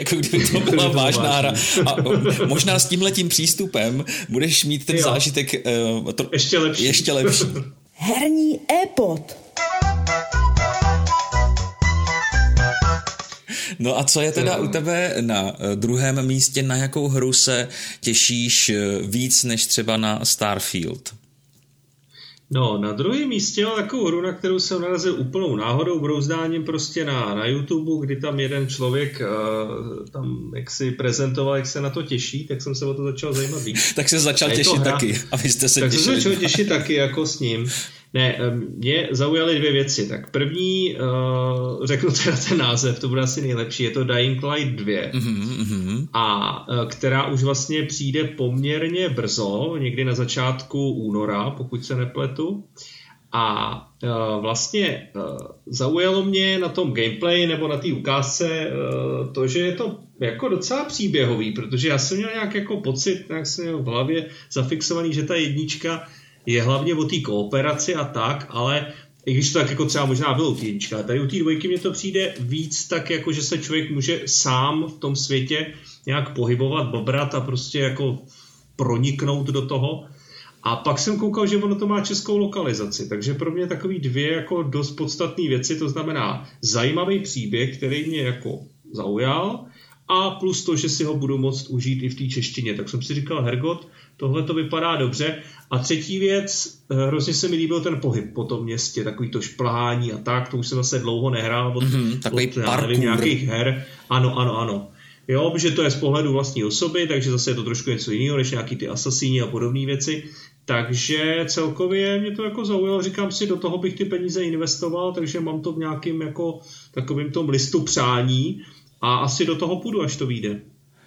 [SPEAKER 1] vážná hra. A možná s tímhletím přístupem budeš mít ten zážitek ještě lepší.
[SPEAKER 3] Herní e-pod.
[SPEAKER 1] No a co je teda u tebe na druhém místě, na jakou hru se těšíš víc než třeba na Starfield?
[SPEAKER 2] No, na druhém místě mám takovou hru, na kterou jsem narazil úplnou náhodou, brouzdáním prostě na YouTube, kdy tam jeden člověk tam jak si prezentoval, jak se na to těší, tak jsem se o to začal zajímat víc.
[SPEAKER 1] Tak se začal těšit taky, abyste se
[SPEAKER 2] tak
[SPEAKER 1] těšili.
[SPEAKER 2] Tak se začal těšit taky jako s ním. Ne, mě zaujaly 2 věci. Tak první, řeknu teda ten název, to bude asi nejlepší, je to Dying Light 2. A která už vlastně přijde poměrně brzo, někdy na začátku února, pokud se nepletu. A vlastně zaujalo mě na tom gameplay nebo na té ukázce to, že je to jako docela příběhový, protože já jsem měl nějak jako pocit, jak jsem měl v hlavě zafixovaný, že ta jednička je hlavně o té kooperaci a tak, ale i když to tak jako třeba možná bylo u té jednička, tady u té 2 mně to přijde víc tak jako, že se člověk může sám v tom světě nějak pohybovat, bobrat a prostě jako proniknout do toho. A pak jsem koukal, že ono to má českou lokalizaci, takže pro mě takový 2 jako dost podstatné věci, to znamená zajímavý příběh, který mě jako zaujal, a plus to, že si ho budu moct užít i v té češtině. Tak jsem si říkal, hergot, tohle to vypadá dobře. A 3. věc, hrozně se mi líbil ten pohyb po tom městě, takový to šplhání a tak, to už jsem zase dlouho nehrál od nějakých her. Ano. Jo, protože to je z pohledu vlastní osoby, takže zase je to trošku něco jiného, než nějaký ty asasíni a podobné věci. Takže celkově mě to jako zaujalo, říkám si, do toho bych ty peníze investoval, takže mám to v nějakým jako takovým tom listu přání a asi do toho půjdu, až to vyjde.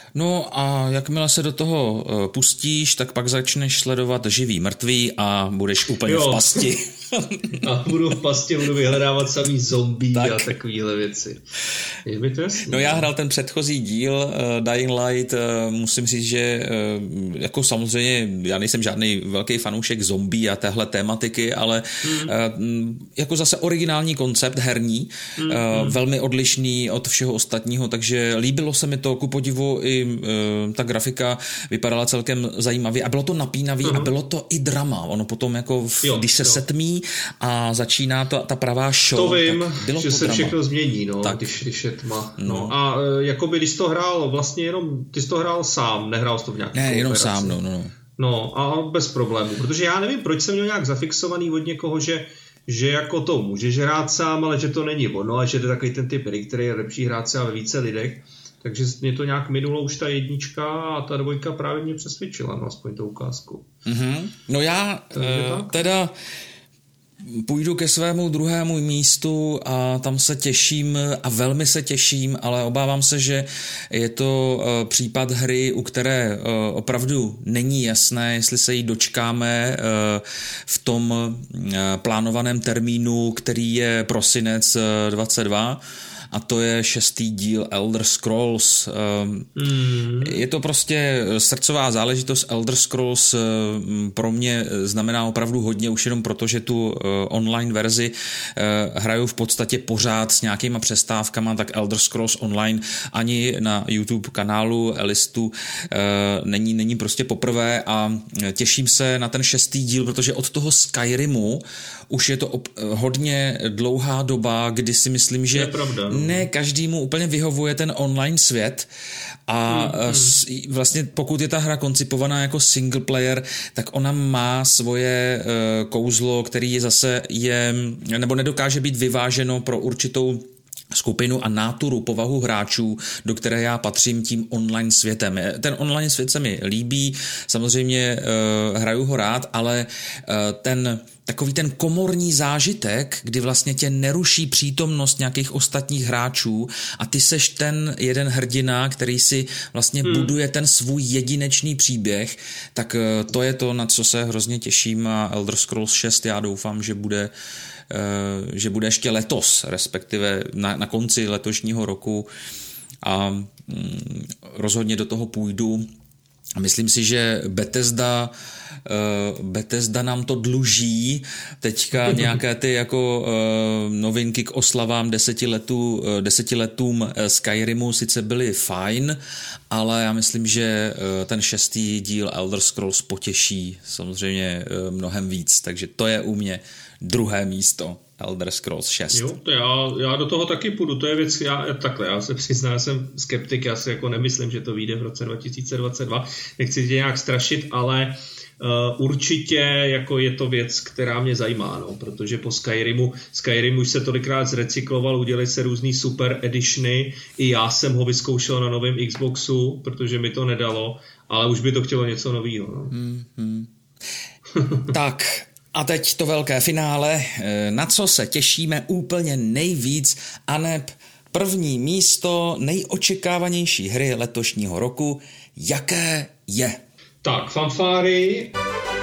[SPEAKER 1] No a jakmile se do toho pustíš, tak pak začneš sledovat živý mrtvý a budeš úplně v pasti.
[SPEAKER 2] A budu v pasti, budu vyhledávat samý zombie a takovýhle věci. Je mi to jasný.
[SPEAKER 1] No já hrál ten předchozí díl Dying Light, musím říct, že jako samozřejmě já nejsem žádný velký fanoušek zombie a téhle tématiky, ale jako zase originální koncept herní, velmi odlišný od všeho ostatního, takže líbilo se mi to, ku podivu i ta grafika vypadala celkem zajímavě a bylo to napínavý a bylo to i drama. Ono potom jako, když se setmí a začíná ta pravá show,
[SPEAKER 2] to vím,
[SPEAKER 1] bylo
[SPEAKER 2] že
[SPEAKER 1] to
[SPEAKER 2] se
[SPEAKER 1] drama.
[SPEAKER 2] všechno změní, no, když je tma. No. A jakoby, když to hrál vlastně jenom, ty jsi to hrál sám, nehrál jsi to v nějaké
[SPEAKER 1] Ne, jenom
[SPEAKER 2] operaci.
[SPEAKER 1] sám,
[SPEAKER 2] No a bez problémů, protože já nevím, proč jsem měl nějak zafixovaný od někoho, že jako to můžeš hrát sám, ale že to není ono a že to je takový ten typ hry, který je lepší hrát se a ve více lidech. Takže mě to nějak minulo už ta jednička a ta dvojka právě mě přesvědčila, no aspoň tou ukázku.
[SPEAKER 1] No já teda půjdu ke svému druhému místu a tam se těším a velmi se těším, ale obávám se, že je to případ hry, u které opravdu není jasné, jestli se jí dočkáme v tom plánovaném termínu, který je prosinec 22. A to je 6. díl Elder Scrolls. Je to prostě srdcová záležitost. Elder Scrolls pro mě znamená opravdu hodně, už jenom proto, že tu online verzi hraju v podstatě pořád s nějakýma přestávkama, tak Elder Scrolls Online ani na YouTube kanálu Elistu není prostě poprvé a těším se na ten 6. díl, protože od toho Skyrimu už je to hodně dlouhá doba, kdy si myslím, že ne každému úplně vyhovuje ten online svět a vlastně pokud je ta hra koncipovaná jako single player, tak ona má svoje kouzlo, který zase je, nebo nedokáže být vyváženo pro určitou skupinu a náturu, povahu hráčů, do které já patřím tím online světem. Ten online svět se mi líbí, samozřejmě hraju ho rád, ale takový ten komorní zážitek, kdy vlastně tě neruší přítomnost nějakých ostatních hráčů a ty seš ten jeden hrdina, který si vlastně buduje ten svůj jedinečný příběh, tak to je to, na co se hrozně těším a Elder Scrolls 6 já doufám, že bude ještě letos, respektive na konci letošního roku a rozhodně do toho půjdu. A myslím si, že Bethesda nám to dluží. Teďka nějaké ty jako novinky k oslavám 10 letům Skyrimu sice byly fajn, ale já myslím, že ten 6. díl Elder Scrolls potěší samozřejmě mnohem víc, takže to je u mě druhé místo. Elder Scrolls 6.
[SPEAKER 2] Jo, to já do toho taky půjdu, to je věc, já se přiznám, jsem skeptik, já si jako nemyslím, že to vyjde v roce 2022, nechci tě nějak strašit, ale určitě jako je to věc, která mě zajímá, no, protože po Skyrimu už se tolikrát zrecykloval, udělali se různý super editiony, i já jsem ho vyzkoušel na novém Xboxu, protože mi to nedalo, ale už by to chtělo něco novýho. No.
[SPEAKER 1] Tak, a teď to velké finále, na co se těšíme úplně nejvíc, aneb první místo nejočekávanější hry letošního roku, jaké je?
[SPEAKER 2] Tak, fanfáry.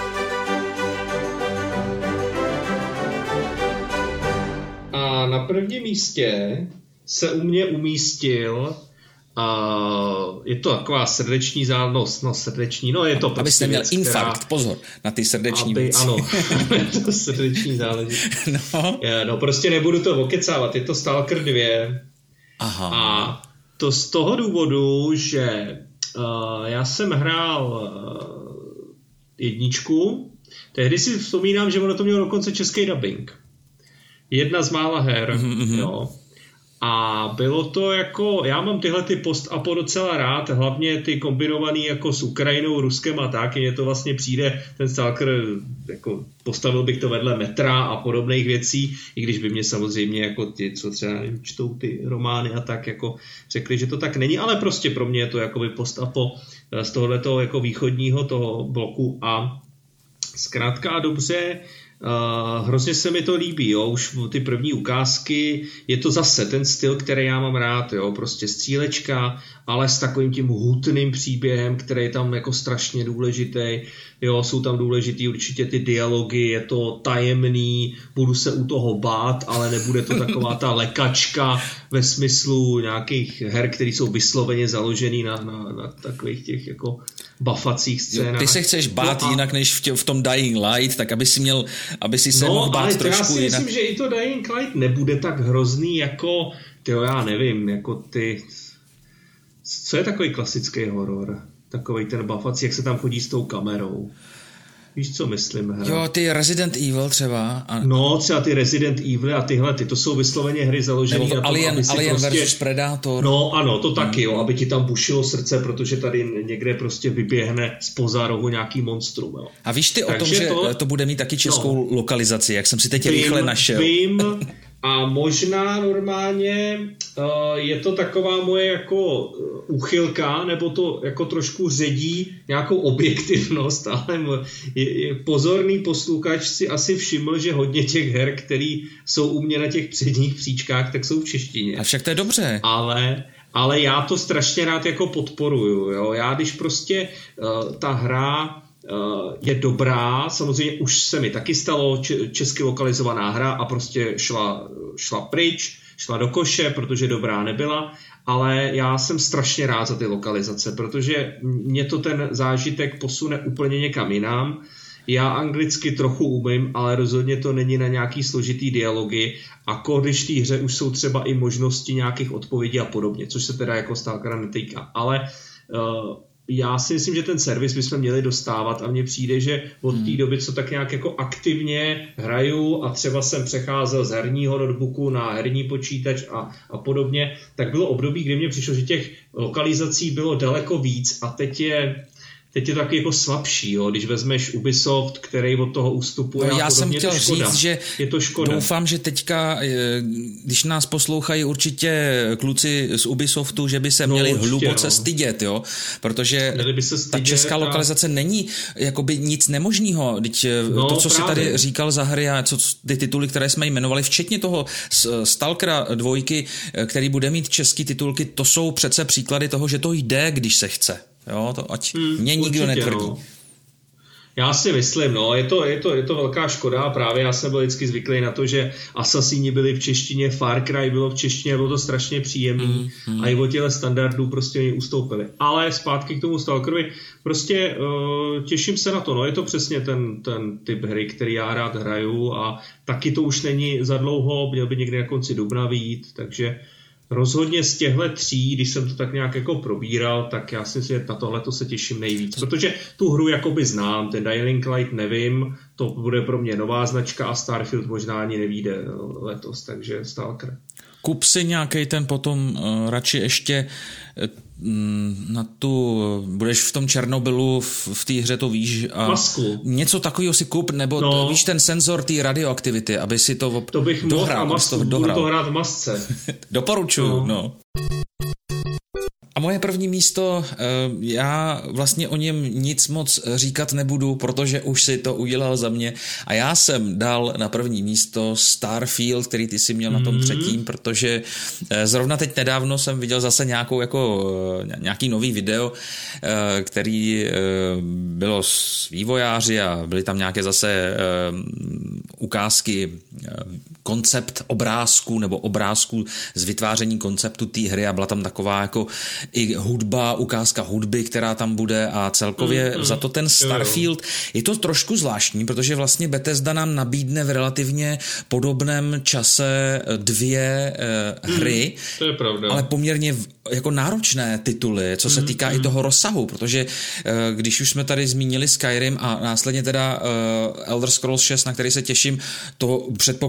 [SPEAKER 2] A na prvním místě se u mě umístil je to taková srdeční záležitost, je to prostě
[SPEAKER 1] abys neměl
[SPEAKER 2] věc,
[SPEAKER 1] infarkt, pozor na ty srdeční věci.
[SPEAKER 2] Ano, to srdeční záležitost. No prostě nebudu to okecávat, je to Stalker 2.
[SPEAKER 1] Aha.
[SPEAKER 2] A to z toho důvodu, že já jsem hrál jedničku, tehdy si vzpomínám, že ono to mělo dokonce český dubbing. Jedna z mála her, jo. A bylo to jako, já mám tyhle ty post-apo docela rád, hlavně ty kombinovaný jako s Ukrajinou, Ruskem a tak, mně to vlastně přijde, ten Stalker, jako postavil bych to vedle Metra a podobných věcí, i když by mě samozřejmě jako ti, co třeba čtou ty romány a tak, jako řekli, že to tak není, ale prostě pro mě je to jakoby post-apo z tohohletoho jako východního toho bloku a zkrátka a dobře, hrozně se mi to líbí, jo, už ty první ukázky, je to zase ten styl, který já mám rád, jo, prostě střílečka, ale s takovým tím hutným příběhem, který je tam jako strašně důležitý, jo, jsou tam důležitý určitě ty dialogy, je to tajemný, budu se u toho bát, ale nebude to taková ta lekačka ve smyslu nějakých her, které jsou vysloveně založený na takových těch jako bafacích scénách.
[SPEAKER 1] Ty se chceš bát jinak než v tom Dying Light, tak aby si se mohl bát trošku jinak.
[SPEAKER 2] Já si myslím, že i to Dying Light nebude tak hrozný jako, já nevím, jako ty... Co je takový klasický horor? Takovej ten bafací, jak se tam chodí s tou kamerou. Víš, co myslím? Hra?
[SPEAKER 1] Jo, ty Resident Evil třeba.
[SPEAKER 2] No, třeba ty Resident Evil a tyhle, to jsou vysloveně hry založené na tom,
[SPEAKER 1] Alien
[SPEAKER 2] prostě...
[SPEAKER 1] versus Predator.
[SPEAKER 2] No ano, to taky, jo, aby ti tam bušilo srdce, protože tady někde prostě vyběhne zpoza rohu nějaký monstrum, jo.
[SPEAKER 1] A víš ty o tom, že to bude mít taky českou lokalizaci, jak jsem si teď rychle našel.
[SPEAKER 2] Vím, a možná normálně je to taková moje jako úchylka, nebo to jako trošku ředí nějakou objektivnost, ale pozorný posluchač si asi všiml, že hodně těch her, který jsou u mě na těch předních příčkách, tak jsou v češtině.
[SPEAKER 1] A však to je dobře.
[SPEAKER 2] Ale já to strašně rád jako podporuju. Jo? Já když prostě ta hra je dobrá, samozřejmě už se mi taky stalo česky lokalizovaná hra a prostě šla pryč, šla do koše, protože dobrá nebyla, ale já jsem strašně rád za ty lokalizace, protože mě to ten zážitek posune úplně někam jinam. Já anglicky trochu umím, ale rozhodně to není na nějaký složitý dialogy a když v té hře už jsou třeba i možnosti nějakých odpovědí a podobně, což se teda jako Stalkera netýká, ale já si myslím, že ten servis bychom měli dostávat a mně přijde, že od té doby, co tak nějak jako aktivně hraju a třeba jsem přecházel z herního notebooku na herní počítač a podobně, tak bylo období, kdy mně přišlo, že těch lokalizací bylo daleko víc a teď je taky jako slabší, jo? Když vezmeš Ubisoft, který od toho ustupuje.
[SPEAKER 1] No, já jsem chtěl říct, že
[SPEAKER 2] je to škoda.
[SPEAKER 1] Doufám, že teďka, když nás poslouchají určitě kluci z Ubisoftu, že by se měli hluboce stydět, jo? Protože ta česká lokalizace není jakoby nic nemožného. To, co si tady říkal za hry a ty tituly, které jsme jmenovali, včetně toho Stalkera 2, který bude mít český titulky, to jsou přece příklady toho, že to jde, když se chce. Jo, to ať mě nikdo netvrdí. No.
[SPEAKER 2] Já si myslím, no, je to velká škoda a právě já jsem byl vždycky zvyklý na to, že Assassini byli v češtině, Far Cry bylo v češtině, bylo to strašně příjemný a i od těchto standardů prostě mi ustoupili. Ale zpátky k tomu Stalkerovi, prostě těším se na to, no, je to přesně ten typ hry, který já rád hraju a taky to už není za dlouho, měl by někdy na konci dubna vyjít, takže rozhodně z těchto tří, když jsem to tak nějak jako probíral, tak já si myslím, že na tohleto se těším nejvíc, protože tu hru jakoby znám, ten Dying Light nevím, to bude pro mě nová značka a Starfield možná ani nevyjde letos, takže Stalker.
[SPEAKER 1] Kup si nějakej ten potom radši ještě na budeš v tom Černobylu v té hře, to víš. A
[SPEAKER 2] masku.
[SPEAKER 1] Něco takového si kup, nebo víš ten senzor té radioaktivity, aby si to
[SPEAKER 2] bych dohrál. To bych mohl a budu to hrát v masce.
[SPEAKER 1] Doporučuju, no. A moje první místo, já vlastně o něm nic moc říkat nebudu, protože už si to udělal za mě a já jsem dal na první místo Starfield, který ty si měl na tom třetím, protože zrovna teď nedávno jsem viděl zase nějaký nový video, který bylo s vývojáři a byly tam nějaké zase ukázky koncept obrázků nebo obrázků z vytváření konceptu té hry a byla tam taková jako i hudba, ukázka hudby, která tam bude a celkově za to ten Starfield je to trošku zvláštní, protože vlastně Bethesda nám nabídne v relativně podobném čase dvě hry,
[SPEAKER 2] to je pravda.
[SPEAKER 1] Ale poměrně jako náročné tituly, co se týká i toho rozsahu, protože když už jsme tady zmínili Skyrim a následně teda Elder Scrolls 6, na který se těším, to předpokládám, že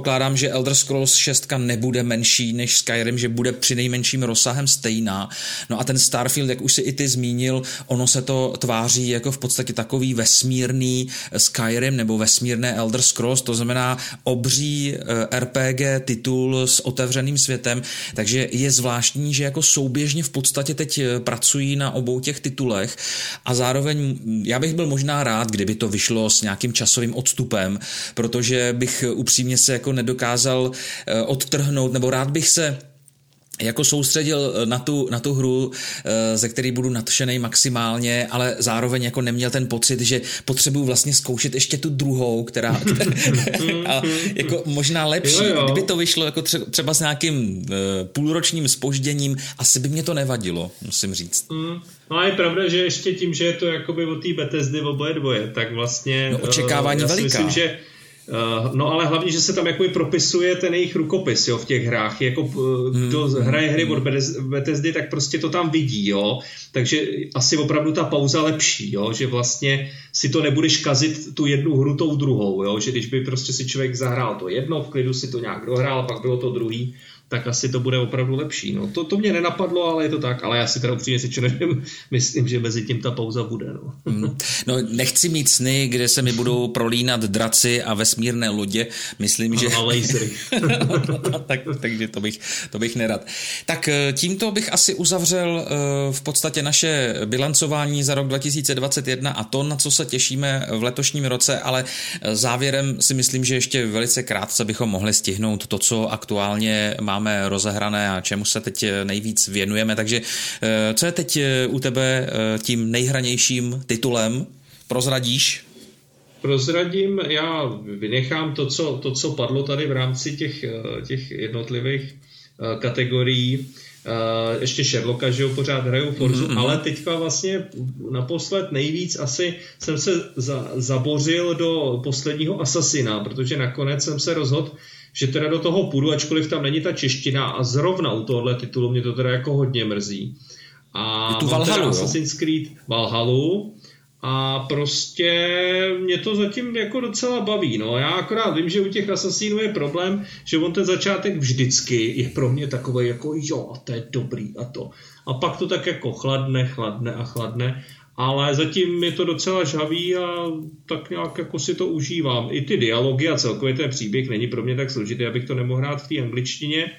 [SPEAKER 1] že Elder Scrolls 6 nebude menší než Skyrim, že bude přinejmenším rozsahem stejná. No a ten Starfield, jak už si i ty zmínil, ono se to tváří jako v podstatě takový vesmírný Skyrim nebo vesmírné Elder Scrolls, to znamená obří RPG titul s otevřeným světem, takže je zvláštní, že jako souběžně v podstatě teď pracují na obou těch titulech a zároveň já bych byl možná rád, kdyby to vyšlo s nějakým časovým odstupem, protože bych upřímně se jako nedokázal odtrhnout, nebo rád bych se jako soustředil na tu hru, ze který budu nadšenej maximálně, ale zároveň jako neměl ten pocit, že potřebuju vlastně zkoušet ještě tu druhou, která a jako možná lepší, kdyby to vyšlo jako třeba s nějakým půlročním zpožděním, asi by mě to nevadilo, musím říct.
[SPEAKER 2] No a je pravda, že ještě tím, že je to jakoby od té Bethesdy oboje dvoje, tak vlastně
[SPEAKER 1] no, očekávání
[SPEAKER 2] já si
[SPEAKER 1] veliká.
[SPEAKER 2] Myslím, že no ale hlavně, že se tam jakoby propisuje ten jejich rukopis, jo, v těch hrách. Jako kdo hraje hry od Bethesdy, tak prostě to tam vidí, jo. Takže asi opravdu ta pauza lepší, jo, že vlastně si to nebudeš kazit tu jednu hru tou druhou, jo, že když by prostě si člověk zahrál to jedno, v klidu si to nějak dohrál, pak bylo to druhý, tak asi to bude opravdu lepší. No. To mě nenapadlo, ale je to tak. Ale já si teda upřímně myslím, že mezi tím ta pauza bude. No.
[SPEAKER 1] No, nechci mít sny, kde se mi budou prolínat draci a vesmírné lodě. Myslím, že...
[SPEAKER 2] A lasery.
[SPEAKER 1] Takže to bych nerad. Tak tímto bych asi uzavřel v podstatě naše bilancování za rok 2021 a to, na co se těšíme v letošním roce, ale závěrem si myslím, že ještě velice krátce bychom mohli stihnout to, co aktuálně máme rozehrané a čemu se teď nejvíc věnujeme. Takže co je teď u tebe tím nejhranějším titulem? Prozradíš?
[SPEAKER 2] Prozradím, já vynechám to, co padlo tady v rámci těch jednotlivých kategorií. Ještě Sherlocka, že jo, pořád hraju Forzu, ale teďka vlastně naposled nejvíc asi jsem se zabořil do posledního Assassina, protože nakonec jsem se rozhodl, že teda do toho půjdu, ačkoliv tam není ta čeština a zrovna u tohohle titulu mě to teda jako hodně mrzí. A
[SPEAKER 1] tu Valhalu,
[SPEAKER 2] Assassin's Creed Valhalu a prostě mě to zatím jako docela baví. No. Já akorát vím, že u těch Assassinů je problém, že on ten začátek vždycky je pro mě takový jako jo, a to je dobrý a to. A pak to tak jako chladne. Ale zatím je to docela žhavý a tak nějak jako si to užívám. I ty dialogy a celkově ten příběh není pro mě tak složitý, abych to nemohl hrát v té angličtině.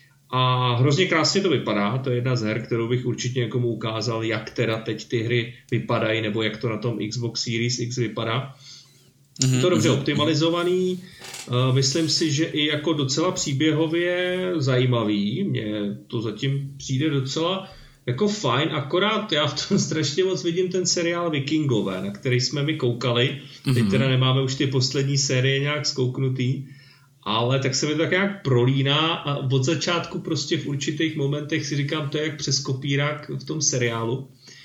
[SPEAKER 2] A hrozně krásně to vypadá. To je jedna z her, kterou bych určitě někomu ukázal, jak teda teď ty hry vypadají, nebo jak to na tom Xbox Series X vypadá. To dobře optimalizovaný. Myslím si, že i jako docela příběhově zajímavý. Mně to zatím přijde docela jako fajn, akorát já v tom strašně moc vidím ten seriál Vikingové, na který jsme my koukali. Teď teda nemáme už ty poslední série nějak zkouknutý, ale tak se mi to tak nějak prolíná a od začátku prostě v určitých momentech si říkám, to je jak přes kopírák v tom seriálu.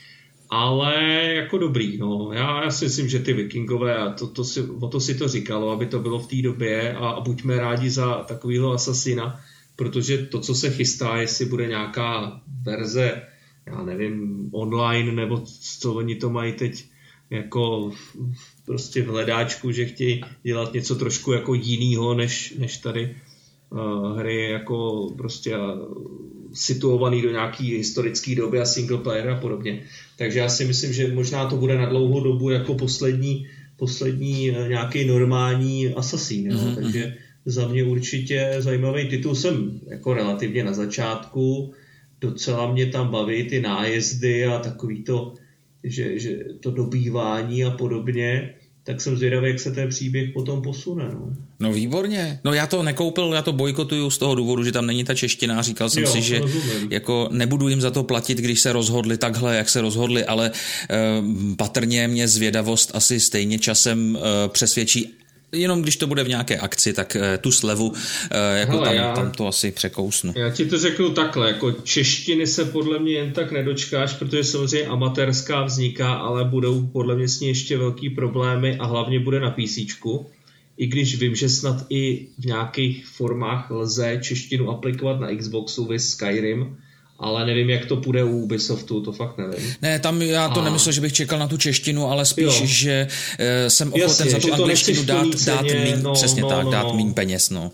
[SPEAKER 2] Ale jako dobrý, no. Já si myslím, že ty Vikingové, a o to si to říkalo, aby to bylo v té době a buďme rádi za takovýhle Assassina, protože to, co se chystá, jestli bude nějaká verze, já nevím, online, nebo co oni to mají teď jako prostě v hledáčku, že chtějí dělat něco trošku jako jinýho, než tady hry jako prostě situovaný do nějaký historické doby a single player a podobně. Takže já si myslím, že možná to bude na dlouhou dobu jako poslední nějaký normální Assassin. Takže za mě určitě zajímavý titul. Jsem jako relativně na začátku, docela mě tam baví ty nájezdy a takový to, že to dobývání a podobně, tak jsem zvědavý, jak se ten příběh potom posune.
[SPEAKER 1] No výborně. No já to nekoupil, já to bojkotuju z toho důvodu, že tam není ta čeština. Říkal jsem si, že jako nebudu jim za to platit, když se rozhodli takhle, jak se rozhodli, ale patrně mě zvědavost asi stejně časem přesvědčí. Jenom když to bude v nějaké akci, tak tu slevu jako tam to asi překousnu.
[SPEAKER 2] Já ti to řeknu takhle, jako češtiny se podle mě jen tak nedočkáš, protože samozřejmě amatérská vzniká, ale budou podle mě s ní ještě velký problémy a hlavně bude na PCčku. I když vím, že snad i v nějakých formách lze češtinu aplikovat na Xboxu vys Skyrim, ale nevím, jak to půjde u Ubisoftu, to fakt nevím.
[SPEAKER 1] Ne, tam já to nemyslel, že bych čekal na tu češtinu, ale spíš, že jsem ochoten za tu angličtinu dát míň, přesně tak, dát míň peněz, no.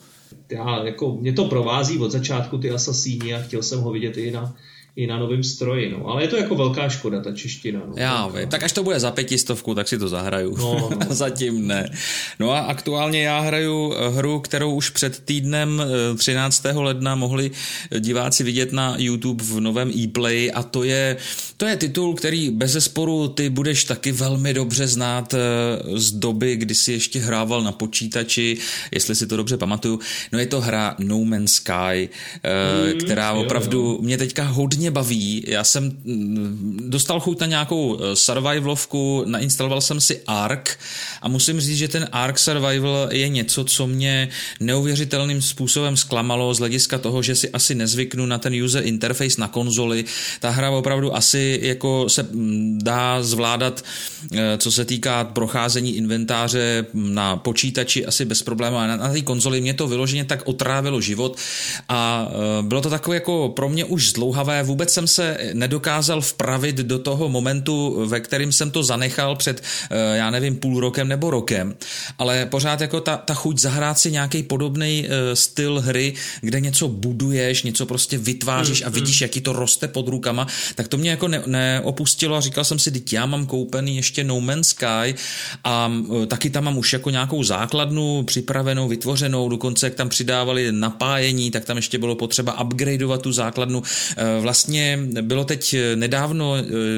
[SPEAKER 2] mě to provází od začátku ty Assassini a chtěl jsem ho vidět i na novém stroji, no. Ale je to jako velká škoda, ta čeština. No.
[SPEAKER 1] Já vím, tak až to bude za 500, tak si to zahraju. No. Zatím ne. No a aktuálně já hraju hru, kterou už před týdnem 13. ledna mohli diváci vidět na YouTube v novém ePlay a to je titul, který bezesporu ty budeš taky velmi dobře znát z doby, kdy si ještě hrával na počítači, jestli si to dobře pamatuju. No je to hra No Man's Sky, která opravdu mě teďka hodně baví. Já jsem dostal chuť na nějakou survivalovku, nainstaloval jsem si Ark a musím říct, že ten Ark Survival je něco, co mě neuvěřitelným způsobem zklamalo z hlediska toho, že si asi nezvyknu na ten user interface na konzoli. Ta hra opravdu asi jako se dá zvládat, co se týká procházení inventáře na počítači asi bez problémů, a na té konzoli mě to vyloženě tak otrávilo život a bylo to takové jako pro mě už zdlouhavé. Vůbec jsem se nedokázal vpravit do toho momentu, ve kterým jsem to zanechal před, já nevím, půl rokem nebo rokem, ale pořád jako ta chuť zahrát si nějaký podobný styl hry, kde něco buduješ, něco prostě vytváříš a vidíš, jaký to roste pod rukama, tak to mě jako neopustilo a říkal jsem si, teď já mám koupený ještě No Man's Sky a taky tam mám už jako nějakou základnu připravenou, vytvořenou, dokonce jak tam přidávali napájení, tak tam ještě bylo potřeba upgradeovat tu základnu. Vlastně bylo teď nedávno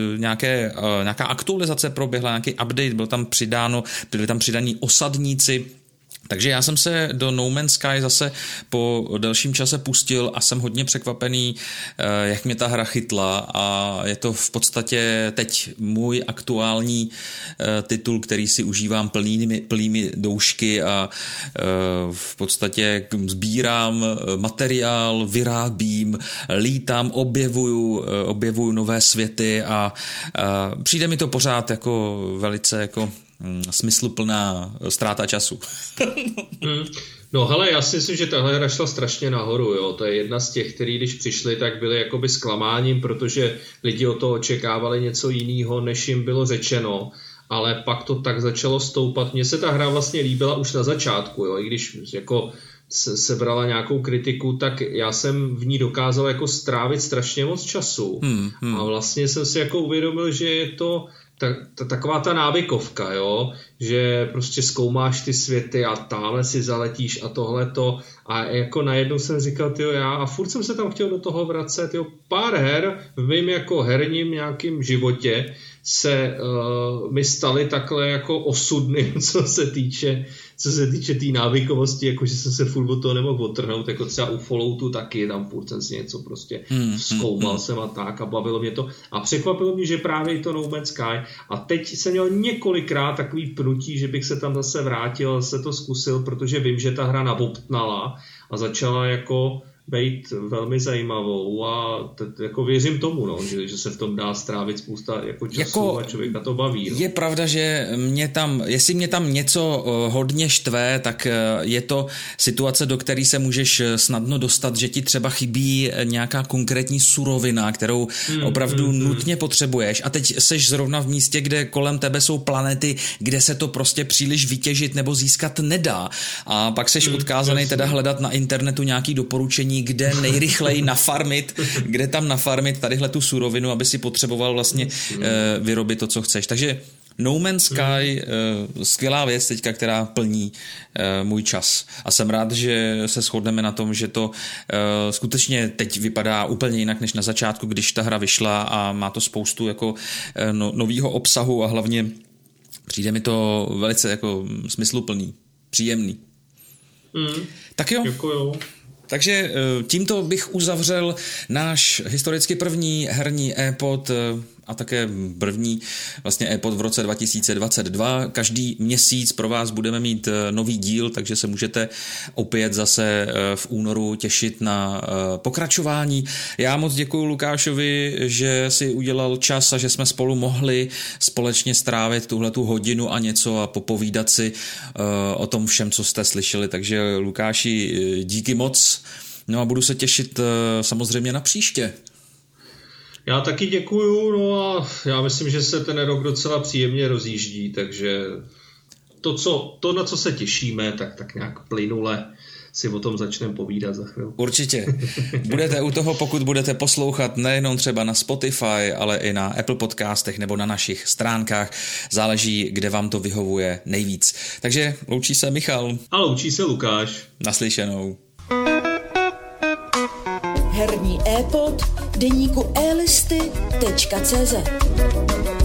[SPEAKER 1] nějaká aktualizace proběhla, nějaký update, byli tam přidaní osadníci. Takže já jsem se do No Man's Sky zase po delším čase pustil a jsem hodně překvapený, jak mě ta hra chytla a je to v podstatě teď můj aktuální titul, který si užívám plnými doušky a v podstatě sbírám materiál, vyrábím, lítám, objevuju nové světy a přijde mi to pořád jako velice jako smysluplná ztráta času.
[SPEAKER 2] No hele, já si myslím, že tahle hra šla strašně nahoru, jo. To je jedna z těch, který když přišli, tak byli jakoby zklamáním, protože lidi od toho očekávali něco jiného, než jim bylo řečeno, ale pak to tak začalo stoupat. Mně se ta hra vlastně líbila už na začátku, jo. I když jako se brala nějakou kritiku, tak já jsem v ní dokázal jako strávit strašně moc času. A vlastně jsem si jako uvědomil, že je to taková ta návykovka, jo, že prostě zkoumáš ty světy a tamhle si zaletíš a tohleto a jako najednou jsem říkal, tyjo, a furt jsem se tam chtěl do toho vracet, jo, pár her v mým jako herním nějakým životě se mi staly takhle jako osudným, co se týče té návykovosti, jako že jsem se furt od toho nemohl odtrhnout, jako třeba u Falloutu taky, tam furt jsem si něco prostě zkoumal jsem a tak a bavilo mě to a překvapilo mě, že právě to No Man's Sky a teď jsem měl několikrát takový pnutí, že bych se tam zase vrátil a zase to zkusil, protože vím, že ta hra nabobtnala a začala jako být velmi zajímavou a jako věřím tomu, no, že se v tom dá strávit spousta jako času a člověka to baví. No.
[SPEAKER 1] Je pravda, že jestli mě tam něco hodně štve, tak je to situace, do které se můžeš snadno dostat, že ti třeba chybí nějaká konkrétní surovina, kterou opravdu nutně potřebuješ a teď seš zrovna v místě, kde kolem tebe jsou planety, kde se to prostě příliš vytěžit nebo získat nedá a pak seš odkázaný teda hledat na internetu nějaký doporučení, kde nejrychleji nafarmit tadyhle tu surovinu, aby si potřeboval vlastně vyrobit to, co chceš. Takže No Man's Sky, skvělá věc teďka, která plní můj čas. A jsem rád, že se shodneme na tom, že to skutečně teď vypadá úplně jinak než na začátku, když ta hra vyšla a má to spoustu jako novýho obsahu a hlavně přijde mi to velice jako smysluplný, příjemný. Tak jo.
[SPEAKER 2] Děkuju.
[SPEAKER 1] Takže tímto bych uzavřel náš historicky první herní e-pod a také první vlastně e-pod v roce 2022. Každý měsíc pro vás budeme mít nový díl, takže se můžete opět zase v únoru těšit na pokračování. Já moc děkuju Lukášovi, že si udělal čas a že jsme spolu mohli společně strávit tuhletu hodinu a něco a popovídat si o tom všem, co jste slyšeli. Takže Lukáši, díky moc. No a budu se těšit samozřejmě na příště.
[SPEAKER 2] Já taky děkuju, no a já myslím, že se ten rok docela příjemně rozjíždí, takže to na co se těšíme, tak nějak plynule si o tom začneme povídat za chvilku.
[SPEAKER 1] Určitě. Budete u toho, pokud budete poslouchat nejenom třeba na Spotify, ale i na Apple podcastech nebo na našich stránkách. Záleží, kde vám to vyhovuje nejvíc. Takže loučí se Michal.
[SPEAKER 2] A loučí se Lukáš.
[SPEAKER 1] Naslyšenou.
[SPEAKER 3] Herní e-pod deníku elisty.cz